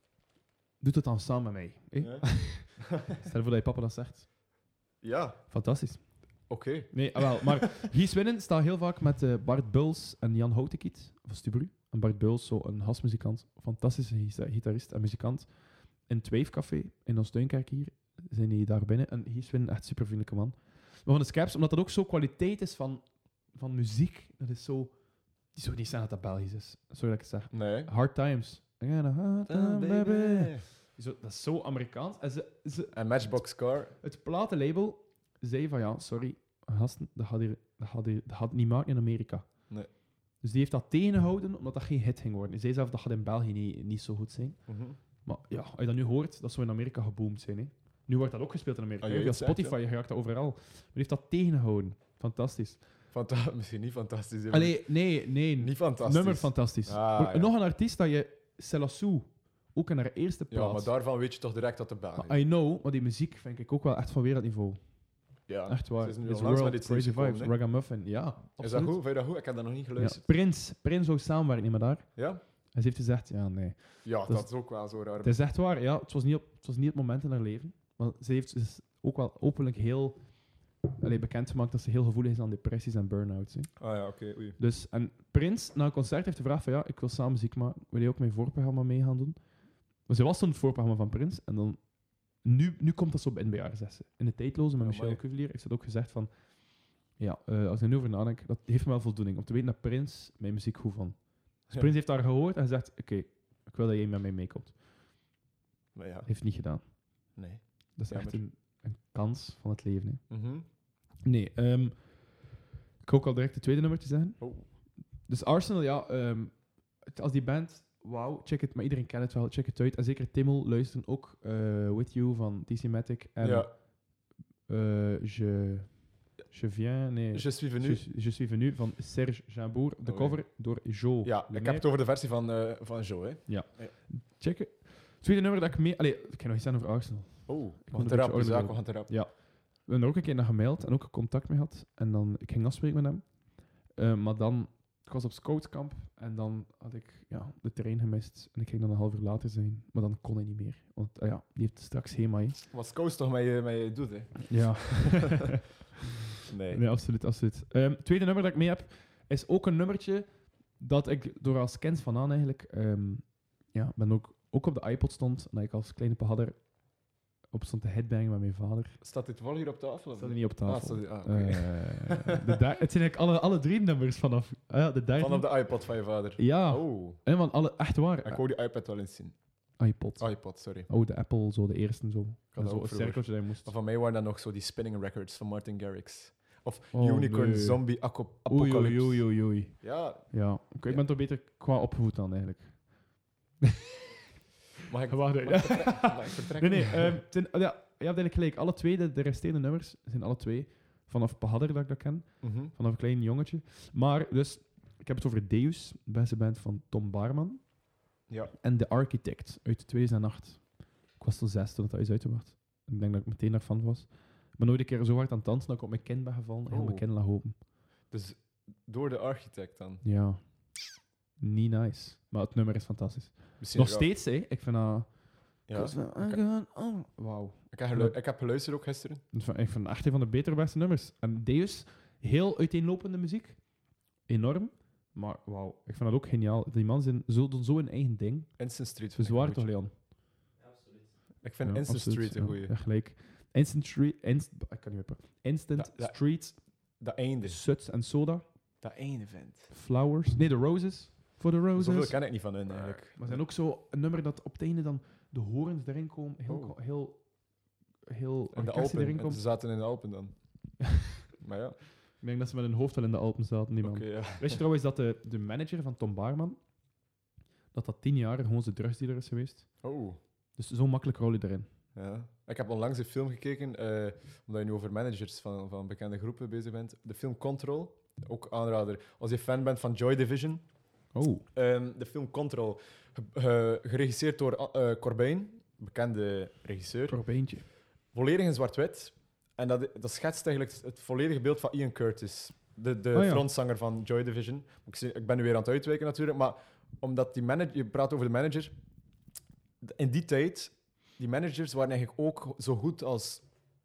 doet het dan samen met mij. Hè? Ja. Stel voor dat je papa dat zegt. Ja, Fantastisch. oké. Nee, wel. Maar Guy Swinne staat heel vaak met Bart Buls en Jan Houtekiet van Stubru. En Bart Buls, zo een hasmuzikant, fantastische gitarist en muzikant. In het Twijfcafé in ons tuinkerk hier zijn die daar binnen. En Guy Swinne, echt super vriendelijke man. Maar van de Scaps, omdat dat ook zo kwaliteit is van muziek, dat is zo... Die zou niet zeggen dat dat Belgisch is. Sorry dat ik het zeg. Nee. Hard Times. Hard time, baby. Dat is zo Amerikaans. En En Matchbox Car. het platenlabel zei van ja, sorry, gasten, dat gaat niet maken in Amerika. Nee. Dus die heeft dat tegengehouden, omdat dat geen hit ging worden. Hij zei zelf dat gaat in België niet zo goed zijn. Maar ja, als je dat nu hoort, dat zou in Amerika geboomd zijn. Hè. Nu wordt dat ook gespeeld in Amerika. Ah, hè. ja, Via je zegt, Spotify, je raakt dat overal. Maar hij heeft dat tegengehouden. Fantastisch. Misschien niet fantastisch. hè, maar Allee, nee. Niet fantastisch. Nummer fantastisch. Ah, Maar ja. nog een artiest dat je Selassou ook in haar eerste Ja, plaats. maar daarvan weet je toch direct dat de baan Maar I know, maar die muziek vind ik ook wel echt van wereldniveau. Ja, Echt waar. Ze is nu It's onlangs met world, iets crazy nieuws vibes, gekomen, hè. Ragamuffin. Ja, absoluut. Is dat goed? Vind je dat goed? Ik heb dat nog niet Ja. geluisterd. Prins zou samenwerken niet met haar. Ja? En ze heeft gezegd, ja, nee. Ja, Dat dat is ook wel zo raar. Het is echt waar, ja. Het was niet het moment in haar leven. Maar ze is ook wel openlijk heel bekend gemaakt dat ze heel gevoelig is aan depressies en burn-outs. Hè. Ah ja, oké. Oei. Dus, en Prins, na een concert, heeft gevraagd van ja, ik wil samen muziek maken. Wil je ook mijn voorprogramma mee gaan doen? Maar ze was toen het voorprogramma van Prins. En dan, nu komt dat zo in bij haar zessen. In de tijdloze met Ja, Michel amai. Cuvelier heeft ze dat ook gezegd van ja, als ik er nu over nadenk, dat heeft me wel voldoening. Om te weten dat Prins mijn muziek goed vond. Dus Ja. Prins heeft haar gehoord en gezegd, oké, ik wil dat jij met mij meekomt. Maar ja, Heeft het niet gedaan. nee. Dat is Jammer. echt een kans van het leven. Hè. Mhm. Nee, ik ga ook al direct het tweede nummer te zeggen. Oh. Dus Arsenal, ja, als die band, wauw, check het, maar iedereen kent het wel, check het uit. En zeker Timmel luisteren ook With You van TC Matic en Ja, Je viens, nee, je suis venu. Je suis venu van Serge Gainsbourg, de Oh, cover door Jo. Ja, ik heb het over de versie van Joe, hè. Check het. Tweede nummer dat ik mee... Allee, ik kan nog iets zeggen over Arsenal. Oh, moet we gaan een te rap. beetje Dus ja, orde we gaan te rap. Ja. We hebben er ook een keer naar gemaild en ook contact mee gehad. En dan, ik ging afspreken met hem. Maar dan, ik was op scoutskamp en dan had ik de trein gemist. En ik ging dan een half uur later zijn. Maar dan kon hij niet meer. Want die heeft straks HEMA. Hè. Wat Scouts toch met je doet, hè? Ja. Nee. Nee, absoluut. Tweede nummer dat ik mee heb, is ook een nummertje dat ik door als kind van aan eigenlijk... ben ook op de iPod stond. En dat ik als kleine pahadder op stond te headbangen met mijn vader. Staat dit wel hier op tafel? Dat staat er niet op tafel. Oké. Het zijn eigenlijk alle 3 nummers vanaf de derde. Van op de iPod van je vader? Ja. Oh. Want echt waar. Ik wou die iPad wel eens zien. iPod, sorry. Oh, de Apple, zo de eerste zo. dat En zo ook een vroeger. cirkeltje dat je moest. Maar van mij waren dat nog zo die spinning records van Martin Garrix. Of Oh, Unicorn nee. Zombie Apocalypse. Oei. Ja. Ja, oké, ik ben toch beter qua opgevoed dan eigenlijk. Mag ik, Wacht, mag ik vertrekken? Nee, je hebt eigenlijk gelijk. Alle twee, de resterende nummers, zijn alle twee vanaf Pahadder dat ik dat ken. Mhm. Vanaf een klein jongetje. Maar dus, ik heb het over Deus, de beste band van Tom Barman. Ja. En The Architect uit 2008. Ik was toen 6 toen dat is uitgebracht. Ik denk dat ik meteen daarvan was. Ik ben nooit een keer zo hard aan het dansen dat ik op mijn kin ben gevallen en heel mijn kin lag open. Dus door de architect dan? Ja. Niet nice. Maar het nummer is fantastisch. Misschien Nog ja. steeds, hè. Ik vind dat... Ja. Wauw. Ik heb geluisterd ook gisteren. Ik vind het echt een van de betere beste nummers. En Deus, heel uiteenlopende muziek. Enorm. Maar wauw, ik vind dat ook geniaal. Die man zijn doen zo een eigen ding. Instant Street. vind ik Bezwaar een toch, goeie. Leon? Absoluut. Ik vind Ja, Instant absoluut, Street een goeie. Ja, gelijk. Instant Street... ik kan niet meer. Instant Dat- Street, Dat einde. Suts en Soda. Dat einde vindt. Flowers. Nee, The Roses. For the Roses. Zoveel ken ik niet van hun eigenlijk. Maar er zijn ook zo een nummer dat op het einde dan de horens erin komen. Oh. Heel In de orkestie erin Alpen. komt. Ze zaten in de Alpen dan. Maar ja, Ik denk dat ze met hun hoofd wel in de Alpen zaten, die man. oké. Ja. Weet je trouwens dat de manager van Tom Barman, dat 10 jaar gewoon zijn drugsdealer is geweest? Oh. Dus zo makkelijk rol je erin. Ja. Ik heb onlangs een film gekeken, omdat je nu over managers van bekende groepen bezig bent. De film Control, ook aanrader. Als je fan bent van Joy Division. Oh. De film Control, geregisseerd door Corbijn, bekende regisseur. Corbeentje. Volledig in zwart-wit. En dat schetst eigenlijk het volledige beeld van Ian Curtis, de ja. frontzanger van Joy Division. Ik ben nu weer aan het uitwijken natuurlijk, maar omdat je praat over de manager. In die tijd, die managers waren eigenlijk ook zo goed als...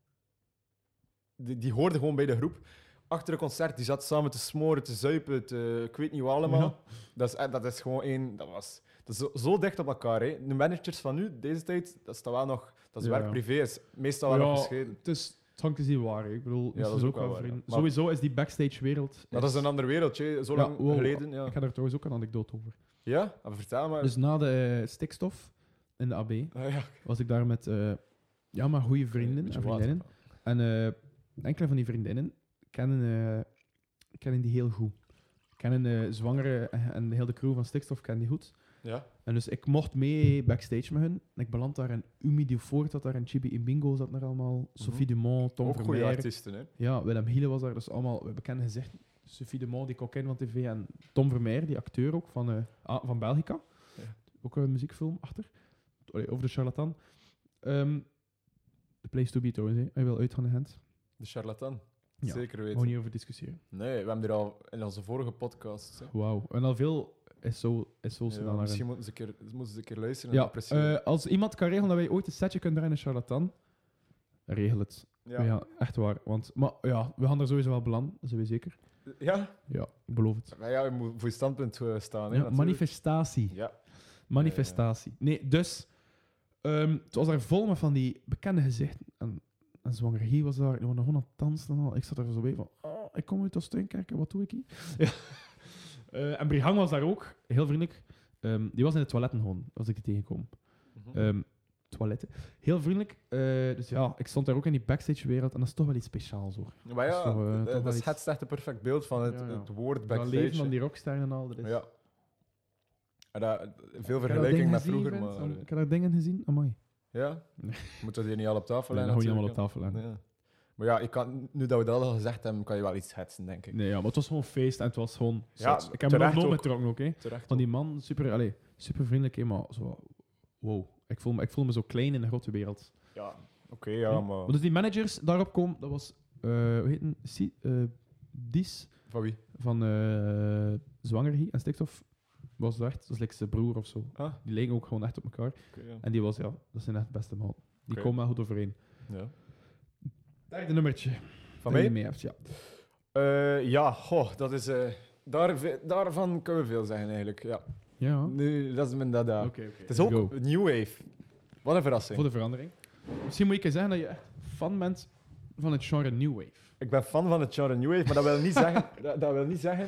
Die hoorden gewoon bij de groep. Achter een concert, die zat samen te smoren, te zuipen, ik weet niet wat allemaal. Ja. Dat is gewoon één... Dat is zo dicht op elkaar. Hè. De managers van nu, deze tijd, dat is wel nog... Dat is Ja, werk ja. privé, is meestal wel nog gescheiden. Het hangt te zien waar. Hè. Ik bedoel, Ja, dat is ook wel waar, vrienden. ja. Maar- Sowieso is die backstage-wereld... Maar dat is een ander wereldje, zo Ja, lang wow. geleden. Ja, Ik ga daar trouwens ook een anekdote over. ja? Maar vertel maar. Dus na de stikstof in de AB Ja, was ik daar met maar goede vrienden een beetje en water. vriendinnen. En enkele van die vriendinnen kennen die heel goed. Kennen de zwangere en de hele crew van Stikstof kennen die goed. Ja? En dus ik mocht mee backstage met hun. En ik beland daar in Umi Fort zat daar, en Chibi Imbingo zat er allemaal. Sophie Dumont, Tom Ook goede Vermeer. artiesten, hè? Ja, Willem Hiele was daar, dus allemaal bekende gezichten. Sophie Dumont, die coquin van tv, en Tom Vermeer, die acteur ook van Belgica. Ja. Ook een muziekfilm achter. Over de charlatan. The place to be trouwens, hè. Hij wil uit van de hand. De charlatan. Ja. Zeker We weten. gaan niet over discussiëren. Nee, we hebben er al in onze vorige podcast. Hè. Wauw. En al veel is zo Ja, misschien moeten ze een keer luisteren en Ja, appreciëren. als iemand kan regelen dat wij ooit een setje kunnen draaien in charlatan, regel het. Ja. Ja, echt waar. Maar ja, we gaan er sowieso wel beland, dat zijn we zeker. Ja? Ja, ik beloof het. Maar ja, je moet voor je standpunt staan. Hè, Ja, natuurlijk. manifestatie. Ja. Manifestatie. Nee, dus... het was daar vol met van die bekende gezichten. En zwangere Guy was daar. Die waren gewoon aan het dansen en al. Ik zat er zo bij van... Oh, ik kom uit Oosttuinkerken, wat doe ik hier? Ja. En Brihang was daar ook. Heel vriendelijk. Die was in de toiletten gewoon, als ik die tegenkom. Mhm. Toiletten. Heel vriendelijk. Dus ja, ik stond daar ook in die backstage-wereld. En dat is toch wel iets speciaals, hoor. Maar ja, toch wel dat iets- schetst echt een perfect beeld van het, Ja, ja. het woord Dat backstage. leven van die rocksterren en al. Dat is... Ja. En dat, veel Ik heb daar vergelijking dingen met gezien, vroeger, Vince. maar... Ik heb daar dingen gezien. Amai. Ja? Nee. Moet dat hier niet al op tafel Nee, leggen? dat hou je allemaal op natuurlijk, tafel leggen. hè? Ja. Maar ja, nu dat we dat al gezegd hebben, kan je wel iets schetsen, denk ik. Nee, ja, maar het was gewoon feest en het was gewoon... Ja, zot. Ik heb me terecht nog nooit ook. getrokken ook, hè. Terecht. Van die man, super vriendelijk, hè, maar zo... Wow. Ik voel me zo klein in de grote wereld. Ja, oké, ja, maar... Maar dus die managers daarop komen, dat was... hoe heet het? Dies? Van wie? van Zwangergie en Stikstof was zwart. Dat is like zijn broer of zo. Ah, Die lijken ook gewoon echt op elkaar. oké, ja. En die was, dat zijn echt de beste man. Die Oké. komen wel goed overeen. Ja. Derde nummertje. Van dat je mij? mee hebt, ja. Ja, goh, dat is... daarvan kunnen we veel zeggen, eigenlijk. Ja. Ja. Nu, dat is mijn dada. Oké. Het is ook Go. New Wave. Wat een verrassing. Voor de verandering. Misschien moet ik je zeggen dat je echt fan bent van het genre New Wave. Ik ben fan van het genre New Wave, maar dat wil niet zeggen dat, wil niet zeggen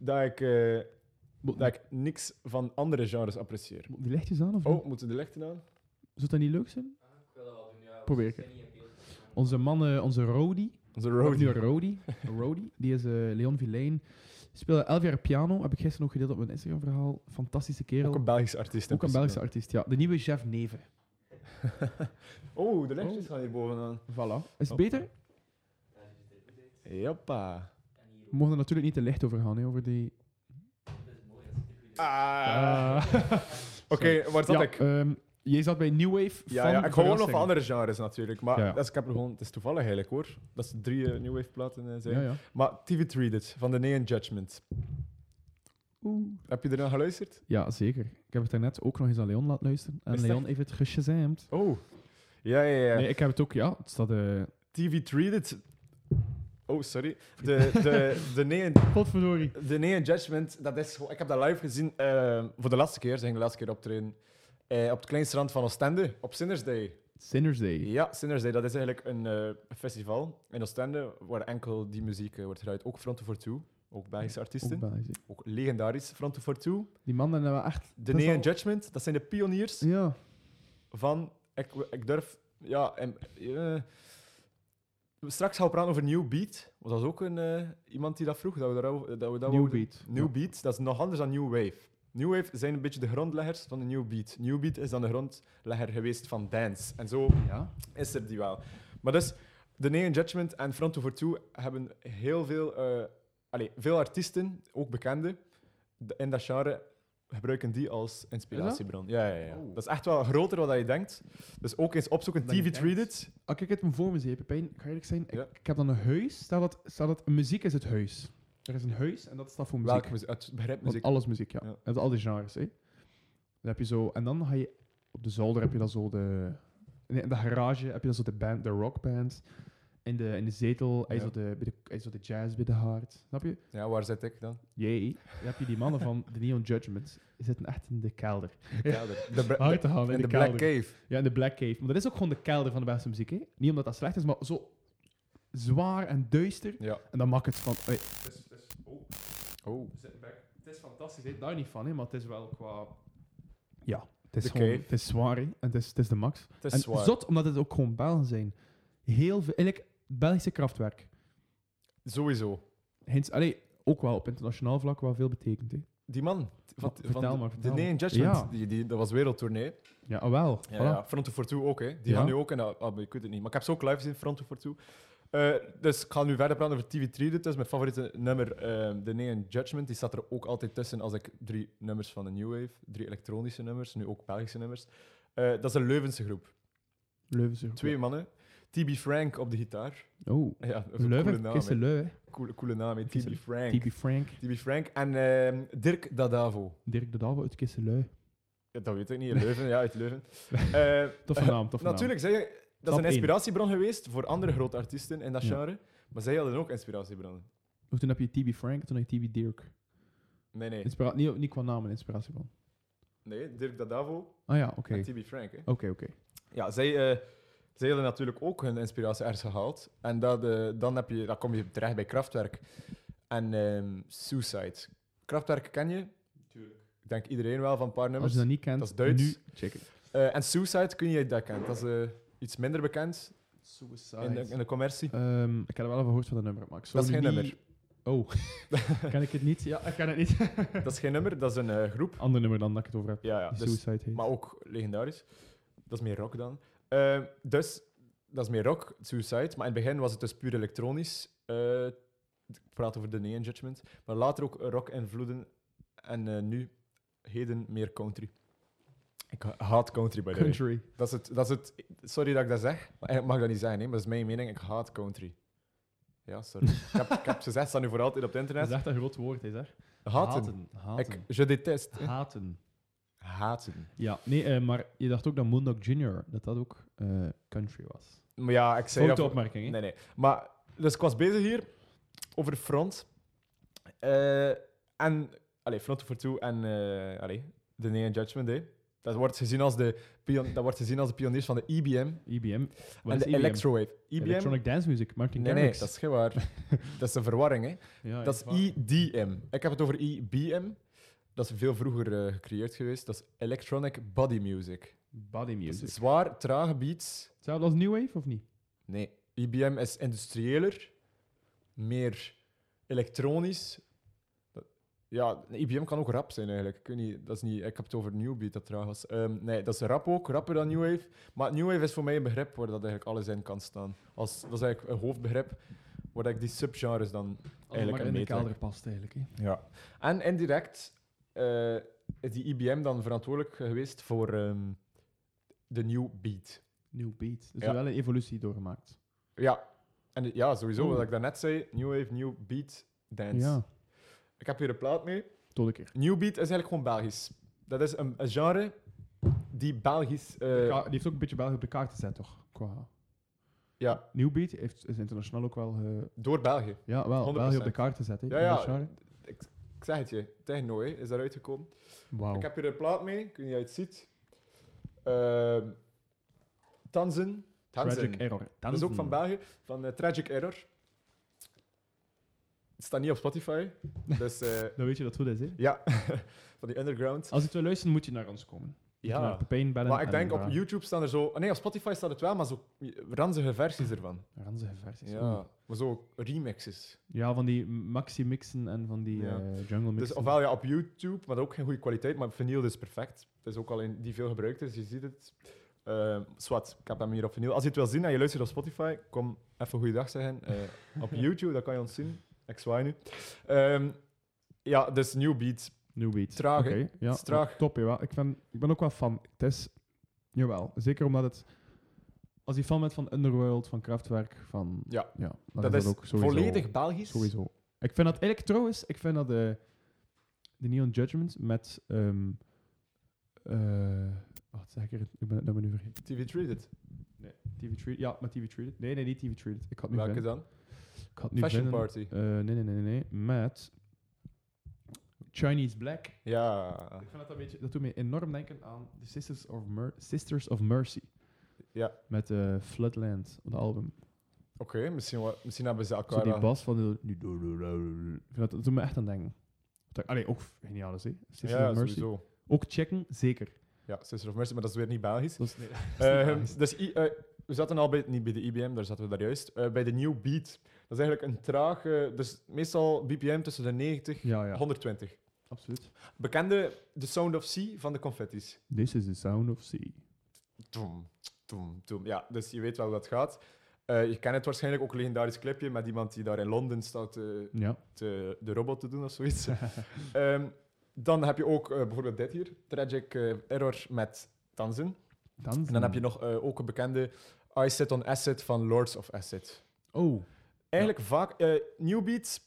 dat ik niks van andere genres apprecieer. Die lichtjes aan, of Oh, niet? moeten de lichten aan? Zou dat niet leuk zijn? Ik wil dat wel doen, ja. Probeer ik. Ik ben niet in beeld. Onze man, onze Rody. Onze Of nu roadie. Rody. Die is Leon Villain. Speelde 11 jaar piano. Heb ik gisteren nog gedeeld op mijn Instagram-verhaal. Fantastische kerel. Ook een Belgische artiest. in Ook een principe. Belgische artiest, ja. De nieuwe Jeff Neven. Oh, de lichtjes gaan hier bovenaan. Voilà. Is het Oh. beter? Daar is dit goed uit. Joppa. En hier We mogen er natuurlijk niet te licht over gaan, hè, over die... ook. Dat is mooi, dat ziet er goed uit. Oké, waar zat ja, ik? jij zat bij New Wave. Ja, van ja, ik hou gewoon nog van verrassingen. andere genres natuurlijk. Maar Ja. dat is, ik heb er gewoon, het is toevallig eigenlijk hoor. Dat ze 3 New Wave platen zijn. Ja, ja. Maar TV Treated van The Neon Judgment. Oeh. Heb je er naar geluisterd? Ja, zeker. Ik heb het daarnet ook nog eens aan Leon laten luisteren. En Is het Leon heeft het geshazamd. Oh. Ja. Nee, ik heb het ook, ja. Het staat... TV Treated. Oh, sorry. De Neon Godverdorie. The Neon Judgment, dat is gewoon... Ik heb dat live gezien voor de laatste keer. Ze gingen de laatste keer optreden. Op het kleinste rand van Oostende, op Sinners Day. Sinners Day. Ja, Sinners Day, dat is eigenlijk een festival in Oostende waar enkel die muziek wordt gedraaid. Ook Fronto for Two, ook Belgische artiesten. Ook Belgisch, hè. Ook legendarisch, Fronto for Two. Die man hebben we echt... The Neon Judgment, dat zijn de pioniers Ja. van... Ik durf... Ja, straks gaan we praten over New Beat. Want dat is ook iemand die dat vroeg, dat we dat New wouden- Beat. New Ja. Beat, dat is nog anders dan New Wave. New Wave zijn een beetje de grondleggers van de New Beat. New Beat is dan de grondlegger geweest van dance. En zo Ja. is er die wel. Maar dus, The Neon Judgment en Fronto for Two hebben heel veel... veel artiesten, ook bekende, in dat genre, gebruiken die als inspiratiebron. Ja. Oh. Dat is echt wel groter dan je denkt. Dus ook eens opzoeken, Dat je TV denkt. Treated. Als ik het me voor me zie, Pepijn, ik ga eerlijk zijn, Ja. ik heb dan een huis, staat dat muziek is het huis. Er is een huis en dat staat voor muziek. Welke muziek? Het begrijp Want muziek. alles muziek, ja. Ja. Dat is al die genres, hè. Dan heb je zo... En dan ga je... Op de zolder heb je dan zo de... Nee, in de garage heb je dan zo de rockband. In de zetel heb je Ja. heb je zo de jazz bij de haard. Snap je? Ja, waar zit ik dan? Jee. Dan heb je die mannen van The Neon Judgment. Die zitten echt in de kelder. De kelder. De, Hard te gaan in in de de Black kelder. Cave. Ja, in de Black Cave. Maar dat is ook gewoon de kelder van de beste muziek, hè. Niet omdat dat slecht is, maar zo zwaar en duister. Ja. En dan maakt het van... Oh. Het is fantastisch, hè. Daar niet van, hè, maar het is wel qua... Ja, het is De gewoon... cave. Het is zwaar, hè. En het is de max. Het is En zwaar. zot, omdat het ook gewoon Belgen zijn. Heel veel... Eigenlijk, Belgische krachtwerk. Sowieso. Ook wel op internationaal vlak wel veel betekent, hè. Die man van, Vertel maar, de vertel Neon maar. Judgment, Ja. dat was wereldtournee. Ja, wel. Ja, Voilà. Fronto for Two ook, hè. Die Ja. gaan nu ook in... ik weet het niet. Maar ik heb ze ook live gezien, Fronto for Two. Dus ik ga nu verder praten over TV Treated. Dat is mijn favoriete nummer, The Neon Judgment. Die staat er ook altijd tussen als ik 3 nummers van de New Wave, 3 elektronische nummers, nu ook Belgische nummers. Dat is een Leuvense groep. Leuvense. 2 mannen. TB Frank op de gitaar. Oh. Ja, dat is een Leuven. coole naam. Kiste hè. Leu, hè. Coole naam, hè. Kiste- TB Frank. TB Frank. TB Frank. En Dirk Dadavo. Dirk de Dalvo uit Kiste Leu. Ja, dat weet ik niet, in Leuven. Ja, uit Leuven. Toffe naam, toffe naam. Natuurlijk, dat is Stap een één. inspiratiebron geweest voor andere grote artiesten in dat Ja. genre. Maar zij hadden ook inspiratiebronnen. Of toen heb je TB Frank, toen heb je TB Dirk. Nee. Niet qua naam en inspiratie van. Nee, Dirk Dadavo Ah ja, oké. en TB Frank. Hè. Oké. Ja, zij hadden natuurlijk ook hun inspiratie ergens gehaald. En dan kom je terecht bij Kraftwerk en Suicide. Kraftwerk ken je? Tuurlijk. Ik denk iedereen wel van een paar Als nummers. je dat niet kent, Dat is Duits. nu check het. En Suicide kun je dat kennen. Dat is iets minder bekend Suicide. in de commercie. Ik heb er wel even gehoord van dat nummer, maar ik zou Dat is nu geen niet... nummer. Oh. Ken ik het niet? Ja, ik ken het niet. Dat is geen nummer, dat is een groep. Ander nummer dan dat ik het over heb. Ja, Die dus, Suicide heet. maar ook legendarisch. Dat is meer rock dan. Dus, dat is meer rock, Suicide. Maar in het begin was het dus puur elektronisch. Ik praat over The Neon Judgment. Maar later ook rock-invloeden. En nu, heden, meer country. Ik haat country, by the way. Country. Dat is het... Sorry dat ik dat zeg, maar eigenlijk mag ik dat niet zeggen, hè, maar dat is mijn mening. Ik haat country. Ja, sorry. Ik heb gezegd, staat nu voor altijd op het Dat internet. is echt een groot woord, hè, zeg. Haten. Haten. Je detest. Hè. Haten. Haten. Ja, nee, maar je dacht ook dat Moondog Jr. dat ook country was. Maar ja, ik zei Foute dat... opmerking, hè? Nee. Maar, dus ik was bezig hier over Front. En... Front for Two en... The Name Judgment Day. Dat wordt gezien als de pioniers van de EBM EBM. Wat en is de EBM? Electrowave. EBM? Electronic Dance Music, Martin Nee, Garrix. dat is geen waar. Dat is een verwarring, hè. Ja, Dat is waar. EDM. Ik heb het over EBM. Dat is veel vroeger gecreëerd geweest. Dat is Electronic Body Music. Body Dat music. is zwaar, trage beats. Hetzelfde als New Wave, of niet? Nee, EBM is industriëler, meer elektronisch. Ja, EBM kan ook rap zijn eigenlijk. Ik weet niet, dat is niet, ik heb het over New Beat dat traag was. Nee, dat is rap ook, rapper dan New Wave. Maar New Wave is voor mij een begrip waar dat eigenlijk alles in kan staan. Dat is eigenlijk een hoofdbegrip waar ik die subgenres dan eigenlijk maar in in de meetrek. kader past, eigenlijk. Hè. Ja. En indirect is die EBM dan verantwoordelijk geweest voor de New Beat. New Beat. Dus Ja. er wel een evolutie doorgemaakt. Ja, en ja, sowieso, Oeh. wat ik daarnet zei, New Wave, New Beat, Dance. Ja, Ik heb hier een plaat mee. tot een keer. New Beat is eigenlijk gewoon Belgisch. Dat is een genre die Belgisch... Die heeft ook een beetje België op de kaart gezet, toch? Qua ja, New Beat is internationaal ook wel... door België. ja, wel 100%. België op de kaart gezet. Hè, Ja, in ja. dat genre. Ik zeg het je, tegen Noé is daaruit gekomen. Wauw. Ik heb hier een plaat mee, ik weet niet of je het ziet. Tanzen. Tragic Error. Dat is ook van België, van Tragic Error. Het staat niet op Spotify. Dus Dan weet je dat het goed is, hè? ja, van die underground. Als je het wil luisteren, moet je naar ons komen. Moet je naar Ja, Pepijn bellen. maar ik en denk op vragen. YouTube staan er zo... Nee, op Spotify staat het wel, maar zo ranzige versies ervan. Ranzige versies. Oeh. Ja, maar zo remixes. Ja, van die maxi-mixen en van die Ja. jungle mixen. Dus ofwel ja, op YouTube, maar ook geen goede kwaliteit, maar vinyl is perfect. Het is ook al een die veel gebruikt is, je ziet het. Zwat, ik heb hem hier op vinyl. Als je het wil zien en je luistert op Spotify, kom even goeiedag zeggen. Op YouTube, dat kan je ons zien. Ik zwaai nu. Ja, dus New Beat. New Beat. Traag, hè? Oké, ja, Het is traag. ja, top, jawel. Ik ben ook wel fan. Het is... Jawel, zeker omdat het... Als je fan bent van Underworld, van Kraftwerk, van... Ja, dan dat is ook sowieso... volledig Belgisch. Sowieso. Ik vind dat eigenlijk trouwens... Ik vind dat de Neon Judgment met... wat zeg ik er? Ik ben het nummer nu vergeten. TV Treated. TV Treated. Ja, met TV Treated. Nee, niet TV Treated. Ik had het nu Welke vinden. dan? Ik had het nu Fashion vinden. Party. Nee. Met Chinese Black. Ja. Ik vind dat een beetje... Dat doet me enorm denken aan The Sisters of Mercy. Ja. Met Floodland, op het album. Oké, misschien hebben ze Zo elkaar... die wel- bas van de... Ik vind dat doet me echt aan denken. Allee, ook geniaal is, hè? Sisters Ja, of Mercy. sowieso. Ook checken, zeker. Ja, Sister of Mercy, maar dat is weer niet Belgisch. Dat is, nee, Dus we zaten al niet bij de IBM, daar zaten we daar juist. Bij de New Beat. Dat is eigenlijk een traag... dus meestal BPM tussen de 90 en ja, 120. absoluut. Bekende The Sound of Sea van de Confetti's. This is the sound of sea. Toem, toem, toem. Ja, dus je weet wel hoe dat gaat. Je kent het waarschijnlijk ook een legendarisch clipje met iemand die daar in Londen staat Ja. de robot te doen of zoiets. Dan heb je ook bijvoorbeeld dit hier, Tragic Error met Tanzen. En dan heb je nog ook een bekende I Sit on Acid van Lords of Acid. Oh. Eigenlijk vaak... New Beat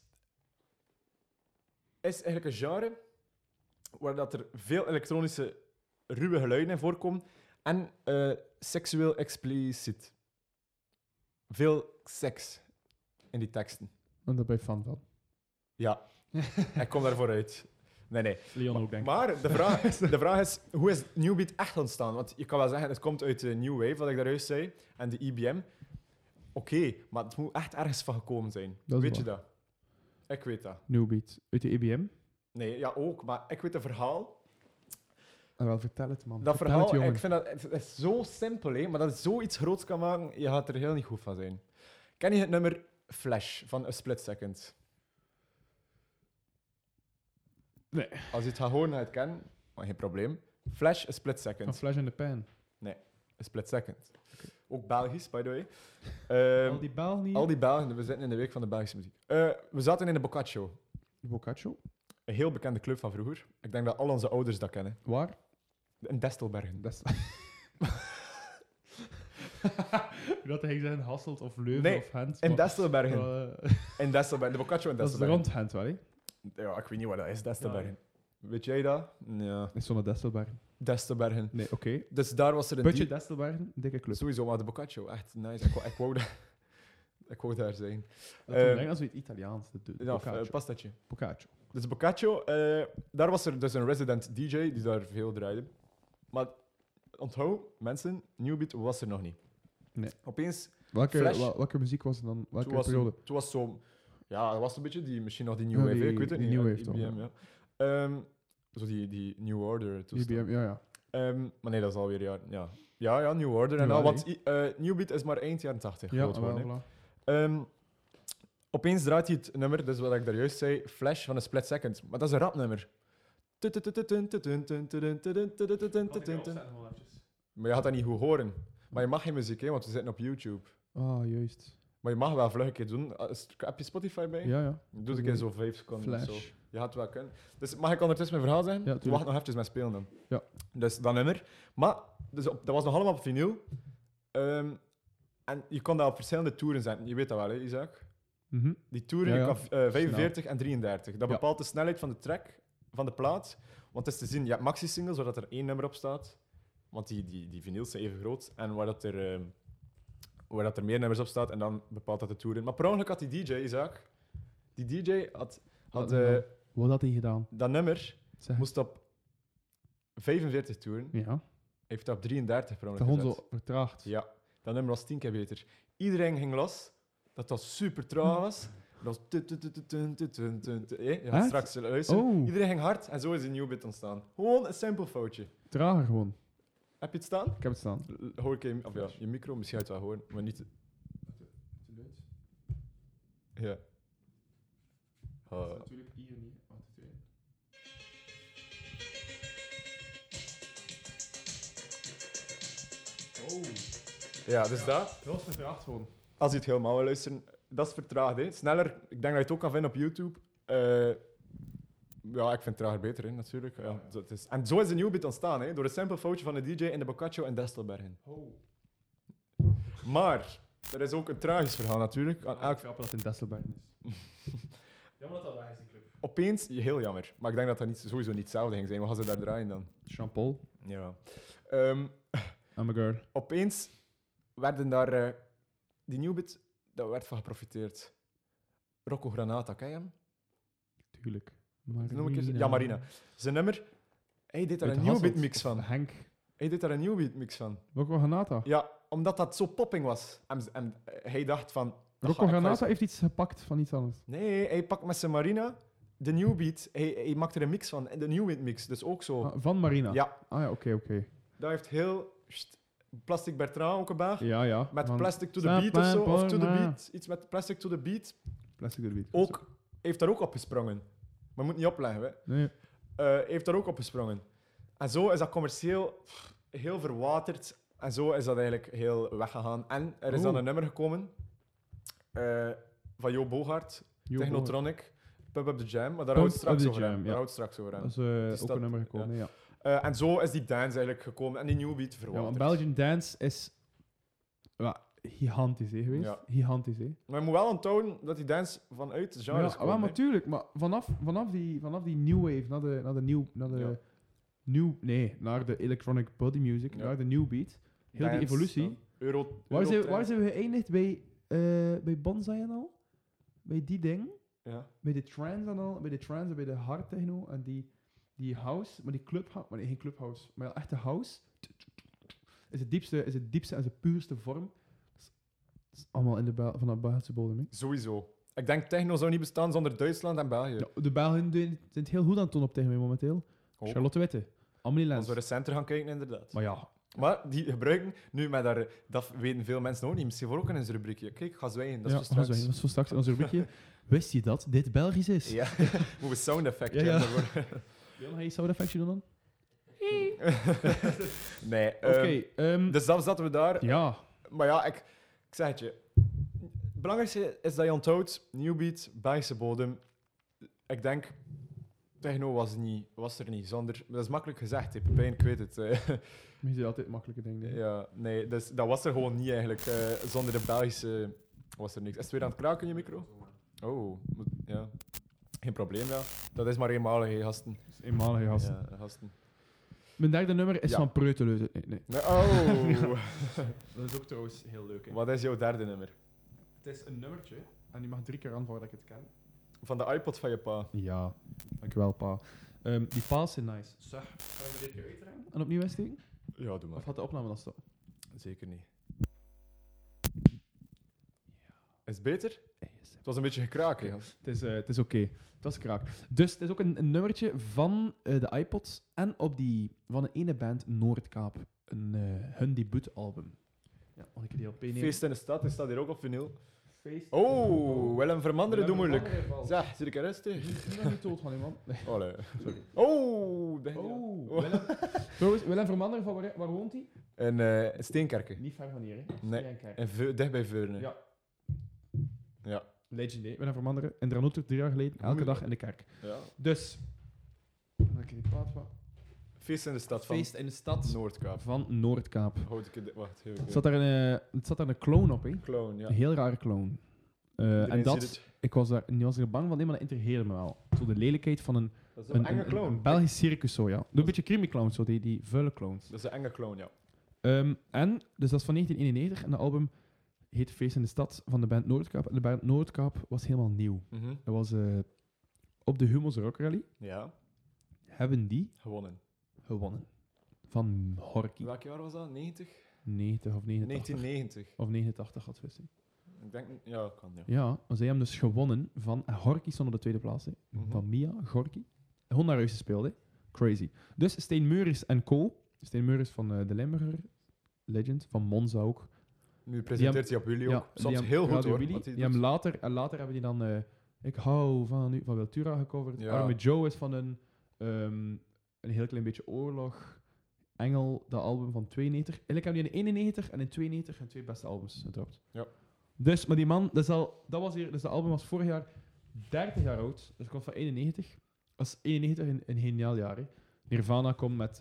is eigenlijk een genre waar dat er veel elektronische ruwe geluiden in voorkomen en seksueel expliciet. Veel seks in die teksten. En daar ben je fan van. Ja, ik kom daarvoor uit. Nee. Leon ook, denk ik. Maar de vraag is, hoe is New Beat echt ontstaan? Want je kan wel zeggen, het komt uit de New Wave, wat ik daar juist zei, en de EBM. Oké, maar het moet echt ergens van gekomen zijn. Dat is Weet je waar. dat? Ik weet dat. New Beat. Uit de EBM. Nee, ja ook, maar ik weet het verhaal. En wel, vertel het, man. Dat Vertel het, verhaal, jongen. ik vind dat het is zo simpel, hè, maar dat het zoiets groots kan maken, je gaat er heel niet goed van zijn. Ken je het nummer Flash van A Split Second? Nee. Als je het gaat horen, ga je het kennen, maar geen probleem. Flash, A Split Van Second. Flash in the Pan. A Split Second. Ook Belgisch, by the way. Al die Belgen hier. Al die Belgen, we zitten in de week van de Belgische muziek. We zaten in de Boccaccio, De Boccaccio. een heel bekende club van vroeger. Ik denk dat al onze ouders dat kennen. Waar? In Destelbergen. Dat is... Dat hij zeggen Hasselt of Leuven Nee, of Gent. In maar- Destelbergen. maar, In Destelbergen. De Boccaccio in dat is Destelbergen. rond Gent wel, hè? Ja, ik weet niet wat dat is, Destelbergen. Weet jij dat? Ja. Is zo'n Destelbergen. Destelbergen. Nee, oké. Dus daar was er een... Budget Destelbergen, dikke club. Sowieso, maar de Boccaccio, echt nice. Ik wou dat... Ik wou daar zijn. Dat klinkt als iets Italiaans. De Ja, Boccaccio. pastatje. Boccaccio. Dus Boccaccio, daar was er dus een resident DJ die daar veel draaide. Maar onthoud, mensen, Newbeat was er nog niet. Nee. Opeens, Welke, Flash. welke muziek was er dan? Welke toen was, periode? toen was zo... Ja, dat was een beetje misschien nog die New Ja, Wave, die- ik weet het die niet. New ja, Wave toch, IBM, ja. Zo die New Order toestand. IBM, ja. Maar nee, dat is alweer jaren... Ja, New Order en Ja, al. nee. Want Newbeat is maar eind jaren 80 Ja, groot geworden, wel, hè. voilà. Opeens draait hij het nummer, dus wat ik daar juist zei, Flash van een Split Second. Maar dat is een rapnummer. Maar je gaat dat niet goed horen. Maar je mag geen muziek, hè, want we zitten op YouTube. Ah, juist. Maar je mag wel vlug een keer doen. Heb je Spotify bij? Ja. Doe een keer zo 5 seconden of zo. Flash. Je gaat het wel kunnen. Dus mag ik ondertussen mijn verhaal zeggen? Ja, tuurlijk. Wacht nog even met spelen dan. Ja. Dus dat nummer. Maar dus dat was nog allemaal op vinyl. En je kon dat op verschillende toeren zetten. Je weet dat wel, hè, Isaac? Mhm. Die toeren, Ja, ja. je kan 45 en 33. Dat Ja. bepaalt de snelheid van de track, van de plaat. Want het is te zien, je hebt maxi-singles, waar dat er 1 nummer op staat. Want die vinyls zijn even groot. En waar dat er meer nummers op staat, en dan bepaalt dat de toeren. Maar per ongeluk had die DJ, Isaac, die DJ had Wat had hij gedaan? dat nummer, Zeg. moest op 45 toeren. Ja. Hij heeft dat op 33 per Dat ongeluk gewoon gezet. zo vertraagd. Ja, dat nummer was 10 keer beter. Iedereen ging los, dat dat super traag was. Dat was... Je gaat Echt? straks luisteren. Oh, Iedereen ging hard en zo is een Newbeat ontstaan. Gewoon een simpel foutje. trager gewoon. Heb je het staan? Ik heb het staan. Hoor ik of ja, je micro, misschien uit wel horen, maar niet... Ja. natuurlijk hier niet. Ja, dus dat. Dat was vertraagd gewoon. Als je het helemaal wil luisteren, dat is vertraagd. Hè. Sneller, ik denk dat je het ook kan vinden op YouTube. Ja, ik vind het trager beter, hè, natuurlijk. Ja, zo, het is. En zo is de Newbeat ontstaan, hè, door een simpel foutje van de DJ in de Boccaccio in Destelbergen. Maar, er is ook een tragisch verhaal, natuurlijk. Aan elk- grappig dat het in Destelbergen is. Jammer dat dat weg is, die club. Opeens, heel jammer, maar ik denk dat dat sowieso niet hetzelfde ging zijn. Wat gaan ze daar draaien dan? Jean-Paul, Ja. I'm a girl. Opeens werden daar... die Newbeat, daar werd van geprofiteerd. Rocco Granata, ken je hem? Tuurlijk. Noem ik eens... Ja, Marina. Zijn nummer... Hij deed daar Uit een Hasselt. Newbeat mix van. Henk. Hij deed daar een Newbeat mix van. Rocco Granata. Ja, omdat dat zo popping was. En hij dacht van... dat Rocco ga ik Granata wel eens- heeft iets gepakt van iets anders. Nee, hij pakt met zijn Marina de Newbeat. Hij maakt er een mix van. De Newbeat mix, dus ook zo. Ah, van Marina? Ja, Ah ja, oké. dat heeft heel... Plastic Bertrand ook een baar. Ja. Met van Plastic to the Stop Beat of zo. Of to the Porma. Beat. Iets met Plastic to the Beat. Plastic to the Beat. Ook, heeft daar ook op gesprongen. Maar moet niet opleggen, hè. Nee. Heeft daar ook op gesprongen. En zo is dat commercieel heel verwaterd. En zo is dat eigenlijk heel weggegaan. En er is dan Oh. een nummer gekomen van Jo Bogaert, Jo, Technotronic, Pub Up The Jam. Maar daar Pump houdt het straks Up the over Jam, aan. ja. Daar houdt het straks over aan. Dat is ook staat- een nummer gekomen, ja. En zo is die dance eigenlijk gekomen en die Newbeat Ja, verwaterd. want Belgian Dance is gigantisch hè, geweest. Ja. Gigantisch, hè. Maar je moet wel onthouden dat die dance vanuit het genre is Ja, gekomen. maar hè. natuurlijk. Maar vanaf die new wave naar de electronic body music, Ja. naar de new beat, heel die Dance, evolutie. dan. Waar Eurotrance. zijn we geëindigd? Bij Bonsai en al? Bij die ding? Ja. Bij de trance en al? Bij de trance en bij de hard techno en die house, maar die clubhouse, maar nee, geen clubhouse, maar ja, echte house. Is het diepste en zijn puurste vorm. Dat is allemaal van de Belgische bodem, hè. Sowieso. Ik denk techno zou niet bestaan zonder Duitsland en België. Ja, de Belgen zijn het heel goed aan het doen op tegen mij momenteel. Ook. Charlotte Witte, Amelie Lens. Als we recenter gaan kijken, inderdaad. Maar ja, Maar die gebruiken nu met daar... Dat weten veel mensen ook niet. Misschien voor ook in zijn rubriekje. Kijk, ga zwijgen. Dat is ja, voor straks. dat is voor straks in ons rubriekje. Wist je dat dit Belgisch is? Ja, moet een sound effect Ja, ja. hebben daarvoor. Wil je sound effectje doen dan? Nee. Oké, Dus dat zaten we daar. ja. Maar ja, ik zeg het je. Het belangrijkste is dat je onthoudt, Newbeat, Belgische bodem. Ik denk, techno was er niet. Dat is makkelijk gezegd, hè. Pepijn, ik weet het. Maar je ziet altijd makkelijke dingen. Hè. Ja, nee, dus dat was er gewoon niet eigenlijk. Zonder de Belgische was er niks. Is het weer aan het kraken, je micro? Oh, ja. Geen probleem, ja. Dat is maar eenmalig, hè, gasten. Dat is eenmalige gasten. Ja, gasten. Mijn derde nummer is Ja. van Preuteleuze. Nee. Nee, oh! Dat is ook trouwens heel leuk. Hè. Wat is jouw derde nummer? Het is een nummertje en die mag 3 keer aan voordat ik het ken. Van de iPod van je pa. Ja, dankjewel, pa. Die paas is nice. Zeg, ga je dit keer uitdraaien en opnieuw insteken? Ja, doe maar. Of had de opname dan staan? Zeker niet. Is het beter? Het was een beetje gekraak, hè. Het is oké. Het was kraak. Dus het is ook een nummertje van de iPods en van een ene band Noordkaap. Hun debuutalbum. Ja, mag ik die LP nemen? Feest in de stad, is dat hier ook op vinyl? Feest. Oh, Willem Vermanderen, doe moeilijk. Zeg. Zeg, zit ik er rustig? Ik ben nog niet dood van man. Nee. Allee. Oh, denk je Oh, Willem Vermanderen, van waar woont hij? in Steenkerken. Niet ver van hier, hè? Nee. Steenkerken. En dicht bij Veurne. Ja. Ja. Legend, hè? Willem Vermanderen. In Dranotter 3 jaar geleden, elke dag in de kerk. Ja. Dus, dan heb ik die plaat van. Feest in de stad van Feest in de stad Noordkaap. van Noordkaap. Houd ik het... Wacht, heel Het zat daar een clone op, hè? Clown, ja. Een heel rare clone. Iedereen En ziet dat, het. ik was er bang van, nee, maar dat intrigeerde me wel. Zo de lelijkheid van een Dat is een enge clown. een Belgisch circus, zo ja. Doe een beetje creamy clowns, zo, die vuile clowns. Dat is een enge clown, ja. Dus dat is van 1991 en de album heet Feest in de Stad van de band Noordkaap. En de band Noordkaap was helemaal nieuw. Dat was op de Humo's Rock Rally Ja, hebben die gewonnen. gewonnen. Van Horky. Welk jaar was dat? 90? 90 of 89. 1990. Of 89 had wisten. Ik denk... Ja, kan, ja. Ja, maar zij hebben dus gewonnen van... Horky stond op de tweede plaats. Hè. Mhm. Van Mia, Gorky. Honda Ruijs speelde. Crazy. Dus Steen Meuris en co. Steen Meuris van de Limburger Legend. Van Monza ook. Nu presenteert hij op jullie ook. Soms heel goed, hoor. Willy, wat hij die doet. hebben later hebben die dan... ik hou van u, van Wiltura gecoverd. Ja. Arme Joe is van een heel klein beetje oorlog. Engel, dat album van 92. Eigenlijk hebben die in 91 en in 92 hun 2 beste albums gedropt. Ja. Dus, maar die man, dus de album was vorig jaar 30 jaar oud. Dus ik was van 91. Dat is 91 een geniaal jaar. Hè. Nirvana komt met...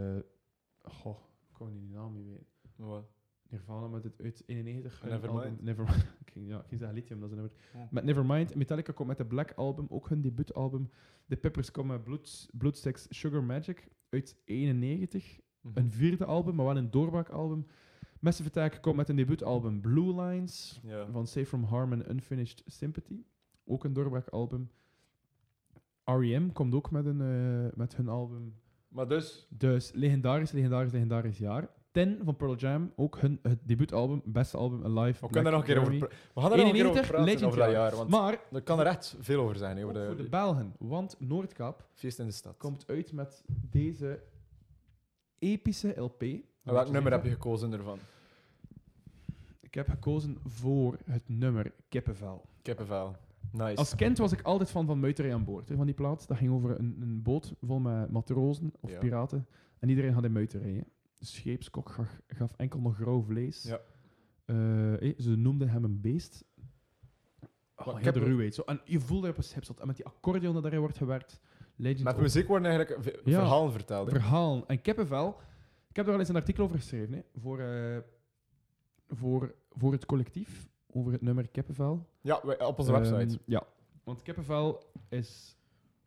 ik kan niet die naam niet weten. Wat? Nirvana met het uit 91. hun Nevermind. album- Nevermind. Ik ging zeggen Lithium, dat is een nummer. Ja. Met Nevermind. Metallica komt met de Black Album, ook hun debuutalbum. De Peppers komen met Bloodsex Sugar Magic uit 91. Een 4e album, maar wel een doorbraakalbum. Massive Attack komt met een debuutalbum Blue Lines. Ja. Van Safe From Harm en Unfinished Sympathy. Ook een doorbraakalbum. R.E.M. komt ook met hun album. Maar dus... Dus legendarisch jaar. 10 van Pearl Jam, ook het debuutalbum, beste album Alive. We kunnen daar nog een keer over... Journey. We gaan er nog een keer over 91, praten, Legend over dat jaar. jaar. Want Maar er kan er echt veel over zijn. Hè, ook over voor de Belgen, want Noordkaap Feest in de stad. komt uit met deze epische LP. En welk nummer heb je gekozen ervan? Ik heb gekozen voor het nummer Kippenvel. Kippenvel. Nice. Als kind was ik altijd van Muiterij aan boord, hè, van die plaat. Dat ging over een boot vol met matrozen of Ja. piraten. En iedereen had een muiterij. Hè. De scheepskok gaf enkel nog grauw vlees. Ja. Ze noemden hem een beest. Maar Heel ik heb de ruwheid. Zo. En je voelde op een schip zat. En met die accordeon dat daarin wordt gewerkt. Legend Met of muziek worden eigenlijk Ja. verhalen verteld. Hè. verhalen. En Kippenvel. Ik heb er al eens een artikel over geschreven. Hè, voor het collectief. Over het nummer Kippenvel. Ja, op onze website. Ja. Want Kippenvel is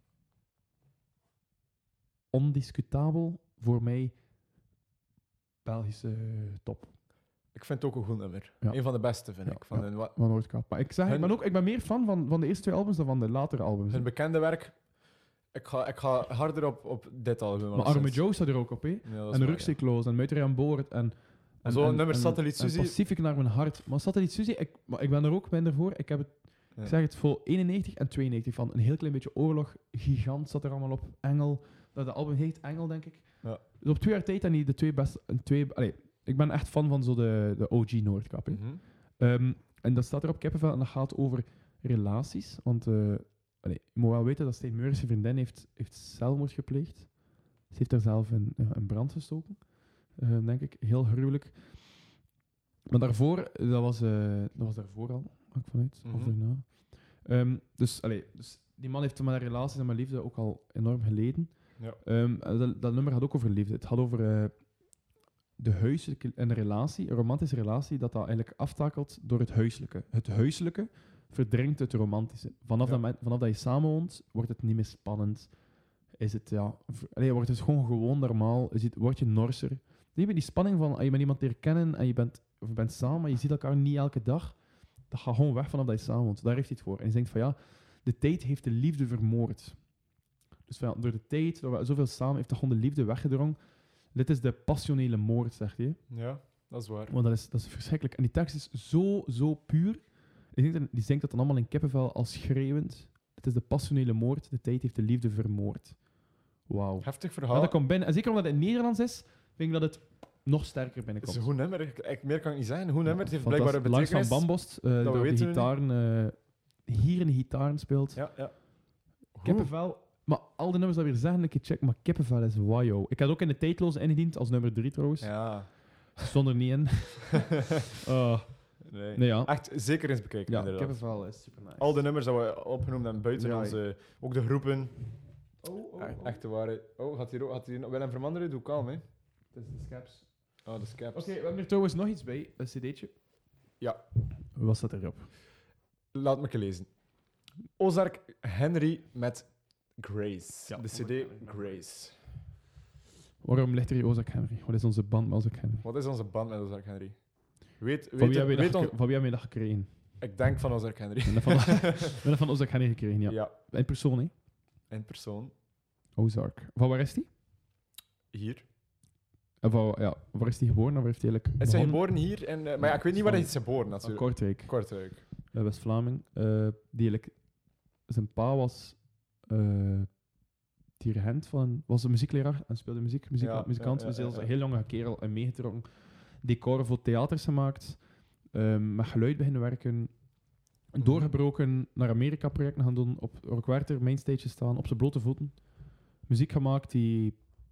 ondiscutabel voor mij Belgische top Ik vind het ook een goed nummer. Ja. Een van de beste, vind Ja, ik. Van ja. hun, van Noordkaap. Maar ik ben meer fan van de eerste 2 albums dan van de latere albums. hun bekende werk. Ik ga harder op dit album. Maar Arme Joe staat er ook op, hè? Ja, dat is En waar, Ruksteekloos en Muiterij aan boord en Zo'n nummer Satelliet en Suzy. Pacific naar mijn hart. Maar Satelliet Suzy, ik ben er ook voor. Ik heb het, Ja. ik zeg het, voor 91 en 92 van. Een heel klein beetje oorlog. Gigant zat er allemaal op. Engel. Dat album heet Engel, denk ik. Ja. Dus op 2 jaar tijd dan die de 2 beste... ik ben echt fan van zo de OG Noordkap. Hè. Mhm. En dat staat er op Kippenvel en dat gaat over relaties. Want je moet wel weten dat Steen Meuris' vriendin heeft zelfmoord gepleegd. Ze heeft daar zelf in brand gestoken. Denk ik. Heel gruwelijk. Maar daarvoor, dat was daarvoor al, ga ik vanuit. Of Mhm. daarna. Dus die man heeft met een relatie en met liefde ook al enorm geleden. Ja. Dat nummer gaat ook over liefde. Het gaat over de huiselijke, een relatie, een romantische relatie, dat eigenlijk aftakelt door het huiselijke. Het huiselijke verdringt het romantische. Vanaf dat je samenwoont, wordt het niet meer spannend. Is het, wordt het gewoon normaal. Word je norser. Je hebt die spanning van, je met iemand leren kennen en je bent samen, maar je ziet elkaar niet elke dag. Dat gaat gewoon weg vanaf dat je samenwoont. Daar heeft hij het voor. En je denkt van, de tijd heeft de liefde vermoord. Dus door de tijd, door zoveel samen, heeft dat gewoon de liefde weggedrongen. Dit is de passionele moord, zegt hij. Ja, dat is waar. Want dat is verschrikkelijk. En die tekst is zo puur. Die zingt dat dan allemaal in kippenvel als schreeuwend. Het is de passionele moord. De tijd heeft de liefde vermoord. Wauw. Heftig En verhaal. dat komt binnen. En zeker omdat het in Nederlands is, vind ik dat het nog sterker Het binnenkomt. is een goed nummer. Meer kan ik niet zeggen. Een goed nummer. Het heeft blijkbaar een Lars betekenis. van Bambost, we die op de weten nu gitaren, hier in de gitaren speelt. Ja. Kippenvel. Maar al die nummers dat we hier zeggen, een keer check, maar Kippenvel is wajo. Ik had ook in de tijdloze ingediend, als nummer 3 trouwens. Ja. Stond er niet in. Nee. Nee, ja. Echt zeker eens bekijken, Ja, inderdaad. Kippenvel is super nice. Al de nummers dat we opgenoemd hebben buiten Ja. onze... Ook de groepen. Oh. Echt de ware... Oh, gaat hij nog Willem Vermanderen? Doe kalm, hè. Het is de Scaps. Oh, de Scaps. Oké, we hebben er trouwens nog iets bij. Een cd'tje. Ja. Wat staat erop? Laat me even lezen. Ozark Henry met Grace. Ja. De CD Grace. Waarom ligt er hier Ozark Henry? Wat is onze band met Ozark Henry? Wat is onze band met Ozark Henry? Van wie hebben we dat gekregen? Ik denk van Ozark Henry. We hebben van Ozark Henry gekregen, ja. Ja, In persoon, hè? in persoon. Ozark. Van waar is die? Hier. Waar is die geboren? Of waar heeft hij eigenlijk Hij is begonnen? geboren hier. Maar ja, ik weet niet waar hij is geboren, natuurlijk. Kortrijk. Kortrijk. West-Vlaming. Die eigenlijk... Zijn pa was... dirigent van... Was een muziekleraar en speelde muzikant. Ja. Dus hij was een heel jonge kerel en meegetrokken. Decoren voor theaters gemaakt. Met geluid beginnen werken. Doorgebroken naar Amerika-projecten gaan doen. Op Rock Werther mainstage staan. Op zijn blote voeten. Muziek gemaakt die...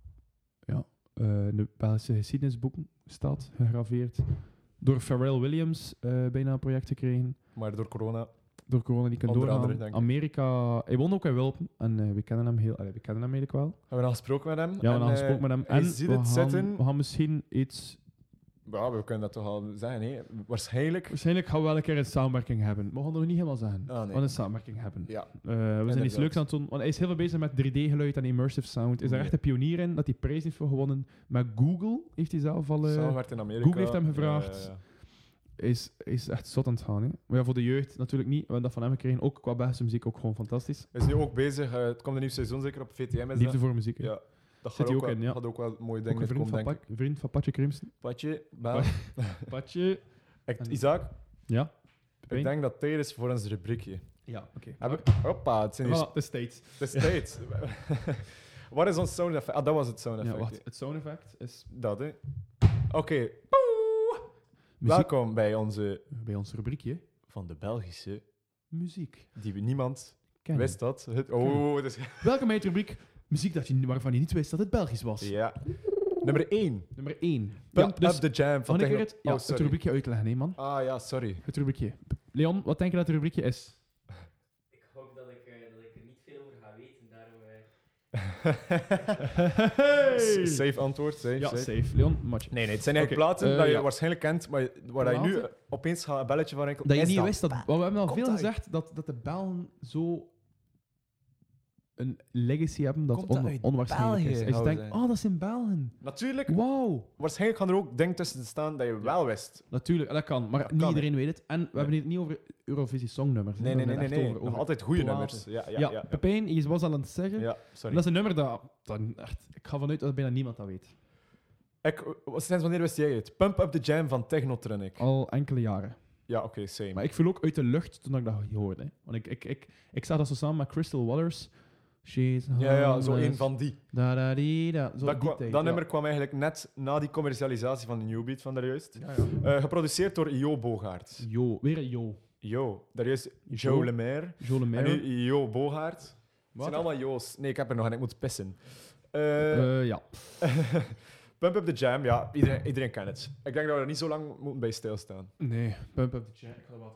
in de Belgische geschiedenisboeken staat. Gegraveerd. Door Pharrell Williams bijna een project gekregen. Maar door corona. Door corona niet kunnen Onder doorgaan. andere, denk ik. Amerika... Hij woont ook in Wilpen. En we kennen hem eigenlijk wel. Hebben we al gesproken met hem? Ja, we hebben gesproken met hem. hij En ziet het zitten. we gaan misschien iets... Ja, we kunnen dat toch al zeggen, hè? Waarschijnlijk. Waarschijnlijk gaan we wel een keer een samenwerking hebben. We gaan het nog niet helemaal zeggen. Ah, nee. We gaan een samenwerking hebben. Ja. We zijn iets Inderdaad. leuks aan het doen. Want hij is heel veel bezig met 3D-geluid en immersive sound. Is daar echt een pionier in, dat hij prijs heeft voor gewonnen. Met Google heeft hij zelf al... Samenwerkt in Amerika. Google heeft hem gevraagd. Ja. Is echt zot aan het gaan. Hè. Maar ja, voor de jeugd natuurlijk niet. We hebben dat van hem gekregen. Ook qua Belgische muziek ook gewoon fantastisch. Hij is nu ook bezig. Het komt een nieuw seizoen zeker op VTM. Is Liefde dat? voor muziek. hè. Ja. Dat Zit gaat hij ook, ook wel, in, ja. gaat ook wel mooie Ook dingen een vriend komen, van, denk ik. vriend van Patje Crimson. Patje, bel. Patje. Isaac, Ja. ik denk dat het tijd is voor ons rubriekje. Ja, oké. Hoppa, het zijn hier... Voilà, de States. Het is tijd. Wat is ons sound effect? Ah, dat was het sound Ja, effect. wacht. Het sound effect is... Dat, hè. Oké. Muziek. Welkom bij onze... Bij ons rubriekje. Van de Belgische... Muziek. Die niemand Kennen. wist dat. Oh, het is... Welkom bij het rubriek muziek waarvan je niet wist dat het Belgisch was. Ja. Nummer 1. Nummer 1. Pump Up The Jam van Kan ik Techno... er het sorry. rubriekje uitleggen, hè, man? Ah ja, sorry. Het rubriekje. Leon, wat denk je dat het rubriekje is? Ik hoop dat ik er niet veel over ga weten, daarom... Safe antwoord, safe. Ja, safe. safe. Leon, matje. Nee, het zijn eigenlijk Oké, platen dat je ja. waarschijnlijk kent, maar waar je nu Platen? opeens gaat een belletje van enkel... Dat je is niet wist dat... Want we hebben al Komt veel dat? gezegd dat de Belgen zo een legacy hebben dat Komt dat uit onwaarschijnlijk België, is. En je houden denkt, zij? dat is in Belgen. Natuurlijk. Wauw. Waarschijnlijk gaan er ook dingen tussen staan dat je wel wist. Natuurlijk, dat kan. Maar Dat niet kan, iedereen weet het. En we hebben het niet over Eurovisie Songnummers. hè. Nee. We hebben het echt Nog over altijd goede platen. nummers. Ja, Pepijn, je was al aan het zeggen. Ja, En sorry. dat is een nummer dat echt... Ik ga vanuit dat bijna niemand dat weet. Sinds wanneer wist jij het? Pump Up The Jam van Technotronic. Al enkele jaren. Ja, oké, same. Maar ik voel ook uit de lucht toen ik dat hoorde. Hè. Want ik zag dat zo samen met Crystal Waters. She's Ja, zo homeless. een van die. Da-da-di-da. Zo die tijd, Dat ja. nummer kwam eigenlijk net na die commercialisatie van de New Beat van daarjuist. Ja. Geproduceerd door Jo Bogaert. Jo, weer een Jo. Jo, daarjuist Jo. Joe Lemaire. Jo En Lemaire. nu Jo Bogaert. Het Wat? zijn allemaal Jo's. Nee, ik heb er nog en ik moet pissen. Ja. Pump Up The Jam, ja, iedereen kent het. Ik denk dat we er niet zo lang moeten bij stilstaan. Nee, Pump Up The Jam. Ik ga er water in zetten.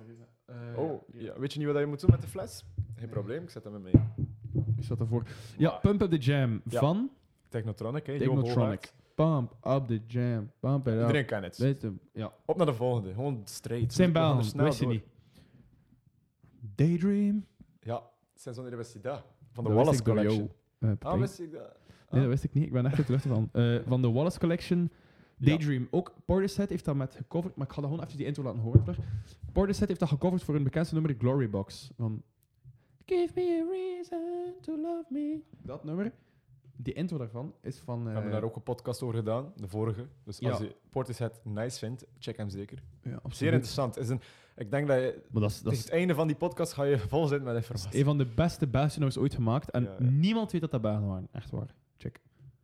Weet je niet wat je moet doen met de fles? Geen probleem, ik zet hem mee. Is dat ervoor? Ja, Wow. Pump Up The Jam Ja. van Technotronic, hè? Technotronic. Pump Up The Jam. Pump it up. Iedereen kent het. Weet je, ja. Op naar de volgende. Gewoon straight. Zijn We gaan er baan, snel wist je door. niet. Daydream. Ja, sinds wanneer wist je dat? Van de Dat Wallace wist ik door Collection. jou, Ah, Pepijn. wist ik dat? Nee, dat wist ik niet. Ik ben echt op de lucht van. Van de Wallace Collection. Daydream. Ook Portishead heeft dat met gecoverd, maar ik ga dat gewoon even die intro laten horen. Portishead heeft dat gecoverd voor hun bekendste nummer, Glory Box. Van Give me a reason to love me. Dat nummer. Die intro daarvan is van... We hebben daar ook een podcast over gedaan, de vorige. Dus als Ja. je Portishead nice vindt, check hem zeker. Ja, absoluut. Zeer interessant. Ik denk dat je Maar dat is tegen het einde van die podcast ga je vol zitten met informatie. een van de beste Belgische nummers ooit gemaakt. En Ja. niemand weet dat dat Belgen waren. Echt waar. Check.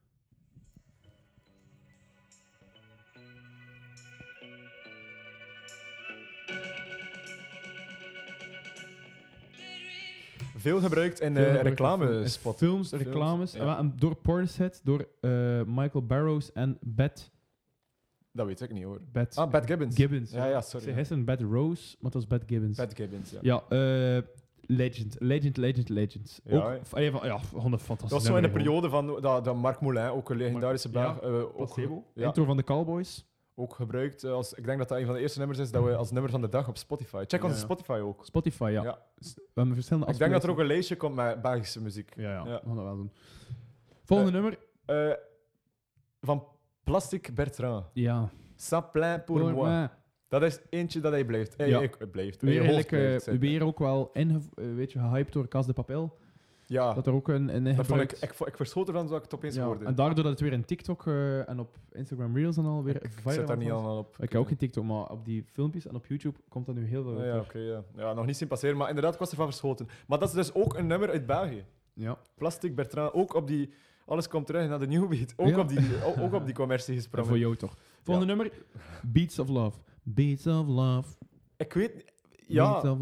Veel gebruikt in Veel gebruikt reclamespot. in films, reclames. ja. En door Portishead, door Michael Barrows en Beth Dat weet ik niet hoor. Beth Ah, Bad Gibbons. Gibbons. Ja, sorry. Ze heette Beth Rose, maar het was Beth Gibbons. Bad Gibbons, ja. Ja, legend. Ja, Ook, gewoon een fantastisch Dat was zo in de nummer gewoon. periode van dat Marc Moulin, ook een legendarische Belg, ook, Placebo. ja, Intro van de Cowboys. ook gebruikt. Ik denk dat dat een van de eerste nummers is dat we als nummer van de dag op Spotify. Check onze Ja. Spotify ook. Spotify, ja. Ja. We hebben verschillende Ik denk dat er ook afspeellijsten. een lijstje komt met Belgische muziek. Ja, Ja. we gaan dat wel doen. Volgende nummer. Van Plastic Bertrand. Ja. Saplin pour Voor moi. mij. Dat is eentje dat hij blijft. Ja. Blijft. Weer, In je hoofd eigenlijk, blijft zitten. weer ook wel gehyped door Cas de Papel. Ja, Dat er ook een dat vond gebruikt. ik verschoot ervan dat ik het opeens Ja, hoorde. en daardoor dat het weer in TikTok en op Instagram Reels en al weer Ik viral zit daar niet was. allemaal op. Ik heb ook geen TikTok, maar op die filmpjes en op YouTube komt dat nu heel veel. Ja, oké, ja. Ja, nog niet zien passeren, maar inderdaad, ik was ervan verschoten. Maar dat is dus ook een nummer uit België. Ja. Plastic Bertrand, ook op die... Alles komt terug naar de New Beat. Ook, Ja. ook op die commercie En gesprongen. voor jou toch. Volgende nummer. Beats of Love. Beats of Love. Ik weet... Beats Ja, of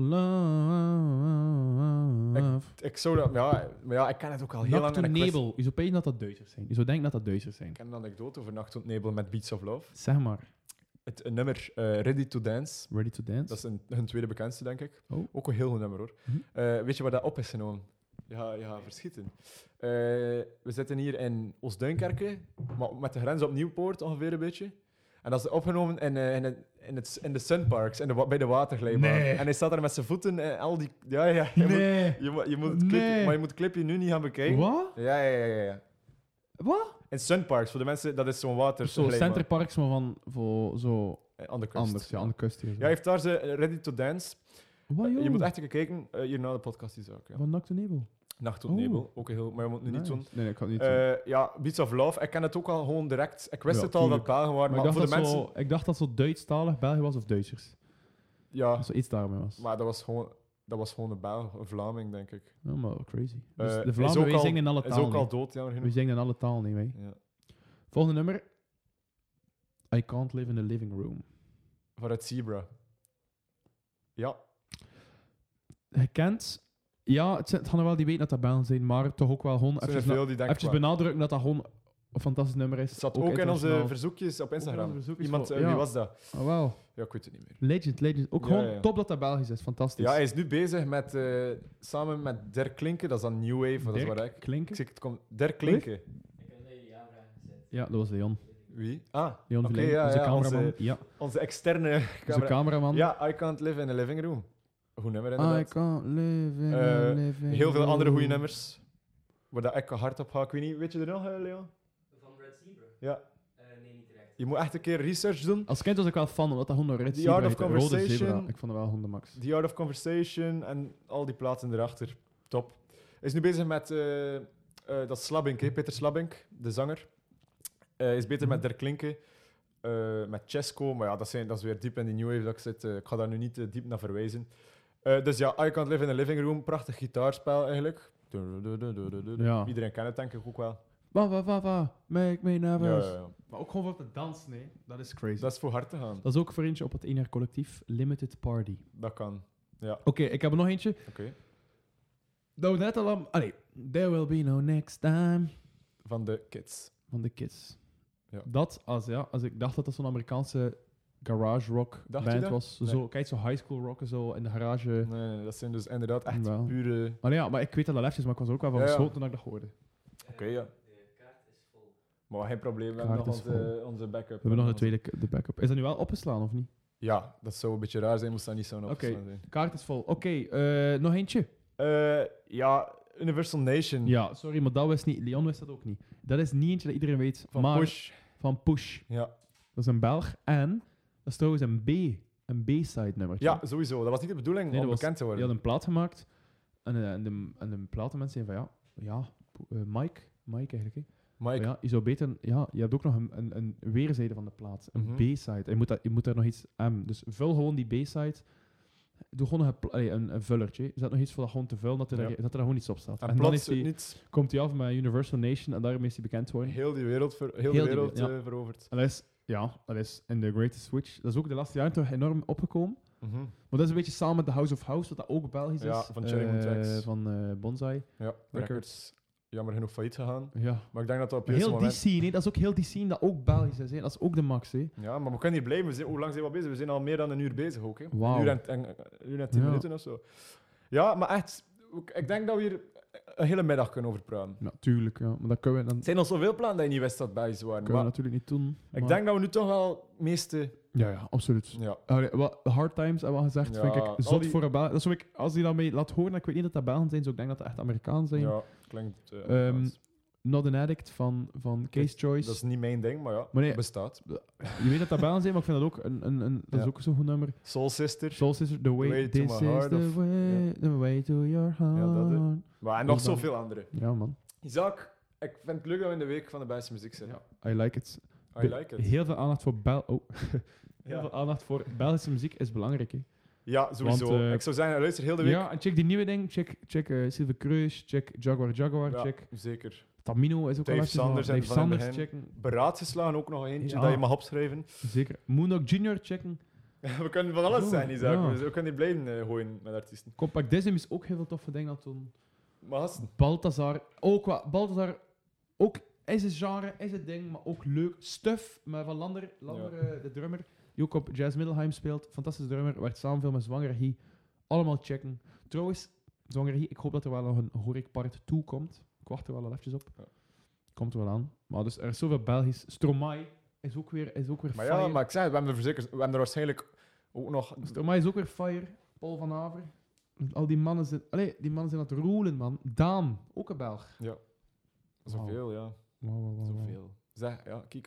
Love. ik zou dat... Ja, maar ja, ik ken het ook al heel lang. Nacht en en ik wist- Nebel. Je zou pijzen dat dat Duitsers zijn. Je zou denken dat dat Duitsers zijn. Ik ken een anekdote over Nacht und Nebel met Beats of Love. Zeg maar. Het nummer Ready to Dance. Ready to Dance. Dat is hun tweede bekendste, denk ik. Oh. Ook een heel goed nummer, hoor. Mhm. Weet je waar dat op is genomen? Ja, verschieten. We zitten hier in Oost-Duinkerke, maar met de grens op Nieuwpoort ongeveer een beetje. En dat is opgenomen in de Sunparks, bij de waterglijbaan. Nee. En hij staat daar met zijn voeten en al die... Ja. Je moet het clipje, Nee. maar je moet het clipje nu niet gaan bekijken. Wat? Ja. Wat? In Sunparks, voor de mensen, dat is zo'n waterglijbaan. Zo Centerparks, maar van voor zo Aan de kust. anders. Ja, aan de kust hier. Ja, hij heeft daar ze Ready to Dance. Wat, joh? Je moet echt even kijken, hier na de podcast die zaak. Ja. Van Nacht en Nebel. Nacht und Oh. Nebel, ook een heel... Maar je moet nu niet Nice. doen. Nee, ik kan het niet doen. Ja, Beats of Love. Ik ken het ook al gewoon direct. Ik wist Ja, het al dat tuurlijk. Belgen waren, Maar maar ik voor dacht, de dat mensen... ik dacht dat het zo Duitsstalig België was of Duitsers. Ja, Dat zo iets daarmee was. maar dat was gewoon een Belg, een Vlaming, denk ik. Ja, maar crazy. Dus Hij de is Vlamingen, ook wij al- zingen in alle Hij is talen. ook al niet. dood, jammer We genoeg. zingen in alle talen niet, wij. Ja. Volgende nummer. I Can't Live in the Living Room. Vanuit Zebra. Ja, Je kent... Ja, het gaan er wel die weten dat dat Belgen zijn, maar toch ook wel gewoon er zijn er even, veel die denken... even van- benadrukken dat dat gewoon een fantastisch nummer is. Het zat ook in onze internationaal. verzoekjes op Instagram. onze verzoekjes Iemand, voor- wie ja. was dat? Oh, wel. Ja, ik weet het niet meer. Legend. Ook Ja, gewoon ja. top dat dat Belgisch is. Fantastisch. Ja, hij is nu bezig met, samen met Dirk Klinke, dat is dan New Wave, dat is Dirk waar ik... Klinken? Ik zeg het komt. Dirk Klinke. Ik heb een hele ja-vraag gezet. Ja, dat was Leon. Wie? Ah, Leon oké, Verlijn, ja, onze ja, cameraman. Ja, onze externe onze camera. cameraman. Ja, I Can't Live in a Living Room. Goed nummer, I inderdaad. can't live in Eh, a living Heel veel andere goede room. nummers. Waar dat ik hard op ga. Ik weet niet, weet je er nog, Leon? Van Red Zebra? Ja. Nee, niet direct. Je moet echt een keer research doen. Als kind was ik wel fan, omdat dat gewoon een red The zebra Art of heette. Rode Conversation. zebra. Ik vond het wel gewoon de max. The Art of Conversation en al die plaatsen erachter. Top. Hij is nu bezig met dat Slabink, hè? Peter Slabink, de zanger. Hij is beter met Dirk Klinke, met Chesco, maar ja, dat is weer diep in die new wave dat ik zit. Ik ga daar nu niet diep naar verwijzen. Dus ja, I Can't Live in a Living Room, prachtig gitaarspel eigenlijk. Ja. Iedereen kent het denk ik ook wel. Wa, make me nervous. Ja. Maar ook gewoon voor te dansen, nee. Dat is crazy. Dat is voor hard te gaan. Dat is ook voor eentje op het 1 jaar collectief Limited Party. Dat kan. Ja, Oké, ik heb er nog eentje. oké. Dat we net al aan... Allee, There Will Be No Next Time. Van de Kids. Van de Kids. Ja. Dat, als ik dacht dat dat zo'n Amerikaanse garage rock Dacht je band dat? was. Nee. Zo, kijk, zo high school rocken zo in de garage. Nee, dat zijn dus inderdaad echt Wel. pure... Maar ja, maar ik weet dat even is, maar ik was er ook wel van Ja, ja. geschoten toen ik dat hoorde. Oké, ja. De kaart is vol. Maar geen probleem, we Kaart hebben nog is onze backup. We hebben nog de backup. Is dat nu wel opgeslaan of niet? Ja, dat zou een beetje raar zijn, moest dat niet zo'n Oké. opgeslaan zijn. Kaart is vol. Oké, nog eentje. Ja, Universal Nation. Ja, sorry, maar dat wist niet. Leon wist dat ook niet. Dat is niet eentje dat iedereen weet. Van maar Push. Van Push. Ja. Dat is een Belg. En dat is trouwens een B-side nummertje. Ja, sowieso. Dat was niet de bedoeling Nee, om dat was- bekend te Die worden. had een plaat gemaakt. En de platenmensen zeiden van Mike eigenlijk. Hè. Mike, Ja, je zou beter... Ja, je hebt ook nog een weerzijde van de plaat. Een Mhm. B-side. Je moet daar nog iets aan. Dus vul gewoon die B-side. Doe gewoon nog een vullertje. Zet nog iets voor dat gewoon te vullen, dat er, Ja. dat er gewoon iets op staat. en En dan plots is die, niet komt hij af met Universal Nation en daarmee is hij bekend geworden. heel die wereld, heel die de wereld wereld, ja. veroverd. En dat is in The Greatest Switch. Dat is ook de laatste jaren toch enorm opgekomen. Mhm. Maar dat is een beetje samen met The House of House, wat dat ook Belgisch Ja, is. van Cherry Moon Tracks. Van Bonsai. Ja, Records. Jammer genoeg failliet gegaan. Ja. Maar ik denk dat dat op Maar het heel die moment... scene, hè, dat is ook heel die scene dat ook Belgisch is. Hè. Dat is ook de max. Hè. Ja, maar we kunnen hier blijven. Hoe lang zijn we al bezig? We zijn al meer dan een uur bezig ook. Hè. Wauw. Een uur en 10 Ja. minuten of zo. Ja, maar echt, ik denk dat we hier een hele middag kunnen over praten. Natuurlijk, ja. Maar dat kunnen we, dan Er zijn al zoveel plannen dat je niet wist dat Belgisch waren. kunnen we Maar natuurlijk niet doen. ik maar- denk dat we nu toch wel het meeste... Ja, absoluut. Ja, Wat Hard Times hebben we al gezegd, Ja, vind ik al zot die- voor een Belg. Dat zou ik, als die dat mee laat horen, ik weet niet dat dat Belgen zijn, zou ik denk dat dat echt Amerikaan zijn. ja klinkt... Not an Addict van Case Choice. dat is niet mijn ding, maar ja, Maar nee. het bestaat. Je weet dat dat Belgen zijn, maar ik vind dat ook dat is Ja. ook zo'n goed nummer. Soul Sister. Soul Sister, The Way, Way to This my is heart the of- way, the way to your heart. Ja, dat, hè. Maar en nog Goed dan. zoveel andere. Ja, man. Isaac, ik vind het leuk dat we in de week van de Belgische muziek zitten. I like it. I like it. Heel veel aandacht voor heel Ja. veel aandacht voor Belgische muziek is belangrijk. Hè. Ja, sowieso. Want, ik zou zeggen, luister heel de week. Ja, en check die nieuwe ding. Check Silver Creus, check Jaguar, Ja, check zeker. Tamino is ook Dave wel even Sanders Dave en Van den Sanders Begin. checken. Beraadgeslagen ook nog eentje Ja. dat je mag opschrijven. Zeker. Moondog Junior checken. We kunnen van alles Zo, zijn, Isaac. ja. We kunnen hier blijven gooien met artiesten. Compact Dism is ook heel veel toffe dingen aan het doen. Maar gasten, Balthazar, Balthazar, ook is een genre, is het ding, maar ook leuk. Stuff, maar van Lander de drummer, die ook op Jazz Middelheim speelt. Fantastische drummer, werkt samen veel met Zwanger Guy. Allemaal checken. Trouwens, Zwanger Guy, ik hoop dat er wel nog een Hoor ik part 2 komt. Ik wacht er wel eventjes op. Ja. Komt er wel aan. Maar dus er is zoveel Belgisch. Stromae is ook weer maar fire. ja, maar ik zei, we hebben er waarschijnlijk ook nog... Stromae is ook weer fire. Paul van Haver. Al die mannen zijn... die mannen zijn aan het roelen, man. Daan, ook een Belg. Zoveel, ja. Wow. Zoveel. Zeg, ja, kijk.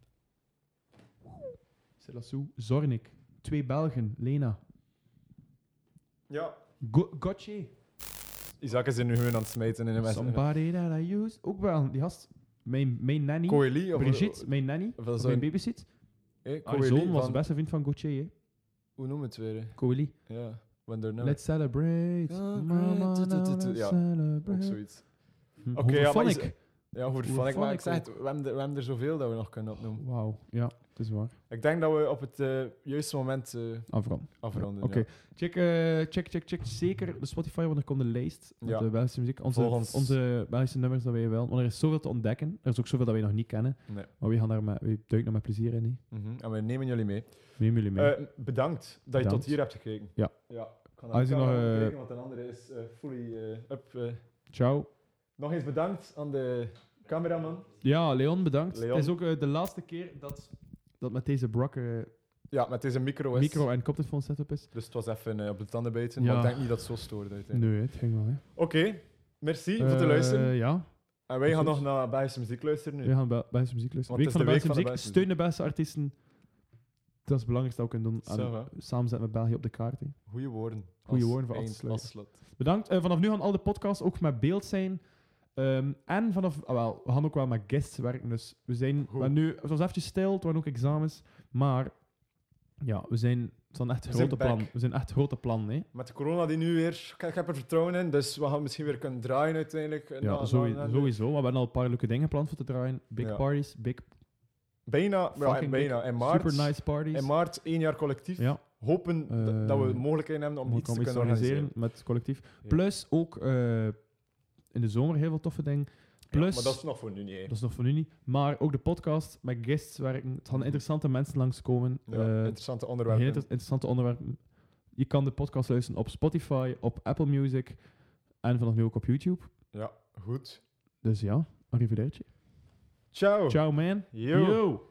Selassou, Zornik. 2 Belgen, Lena. Ja. Gotje. Isaac is er nu gewoon aan het smijten in de mensen. Somebody that I use. Ook wel, die gast. Mijn nanny. Coeli, of... Brigitte, mijn nanny. of dat Of zo mijn een- babysit. Haar Coeli zoon was van... de beste vriend van Gauthier. Hè. Hoe noemen we het weer? Coeli. Ja. When they're Let's celebrate. Ja, Mama, great. now let's Ja, celebrate. ook zoiets. Hm, Oké, ja, maar Hoeverphonic. Ja, hoe Hoe van ik, maar vond ik ik zeg het, we hebben er zoveel dat we nog kunnen opnoemen. Wauw, ja, het is waar. Ik denk dat we op het juiste moment Afronden. afronden. Oké. Ja. Check zeker de Spotify, want er komt een lijst met Ja. de Belgische muziek. Volg ons. Onze Belgische nummers dat wij wel. Want er is zoveel te ontdekken. Er is ook zoveel dat wij nog niet kennen. Nee. Maar we duiken er met plezier in. Hè. Mhm. En we nemen jullie mee. Neem jullie mee. Bedankt dat je Bedankt. tot hier hebt gekeken. Ja. Ja. Ik ga Als je naar de nog, camera kijken, want een andere is fully up. Ciao. Nog eens bedankt aan de cameraman. Ja, Leon, bedankt. Leon. Het is ook de laatste keer dat met deze Brock Ja, met deze micro is. micro- en koptelefoon setup is. Dus het was even op de tanden bijten. Ja. Maar ik denk niet dat het zo stoorde uiteindelijk. Nee, het ging wel. Hè. Oké, merci voor het luisteren. Ja, En wij gaan absoluut. nog naar Belgische muziek luisteren nu. we gaan Belgische muziek luisteren. Want Week het is van de de Belgische week van de muziek. Belgische Steun de beste artiesten. Dat is het belangrijkste dat we kunnen doen. Zo, Aan hè. samenzetten met België op de kaart. Hè. Goeie woorden. Goeie Als woorden voor af te eind- sluiten. als slot. Bedankt. Vanaf nu gaan al de podcasts ook met beeld zijn. En vanaf... we gaan ook wel met guests werken. Dus we zijn nu... Het was eventjes stil, het waren ook examens. Maar ja, we zijn echt We grote zijn plan. back. We zijn echt grote plan, hè. Met de corona die nu weer... Ik heb er vertrouwen in, dus we gaan misschien weer kunnen draaien uiteindelijk. Ja, sowieso. Maar we hebben al een paar leuke dingen gepland voor te draaien. Big Ja. parties, big Bijna, fucking bijna. In maart, super nice parties. in maart 1 jaar collectief. Ja, Hopen dat we de mogelijkheid hebben om om iets te iets kunnen organiseren. met collectief. Ja. Plus ook in de zomer heel veel toffe dingen. Plus, maar dat is nog voor nu niet. Hè. dat is nog van nu niet, maar ook de podcast met guests werken. Het gaan interessante mensen langskomen. Ja, interessante Heel onderwerpen. interessante onderwerpen. Je kan de podcast luisteren op Spotify, op Apple Music en vanaf nu ook op YouTube. Ja, goed. Dus ja, arrivederci. Ciao. Ciao man. Yo. Yo.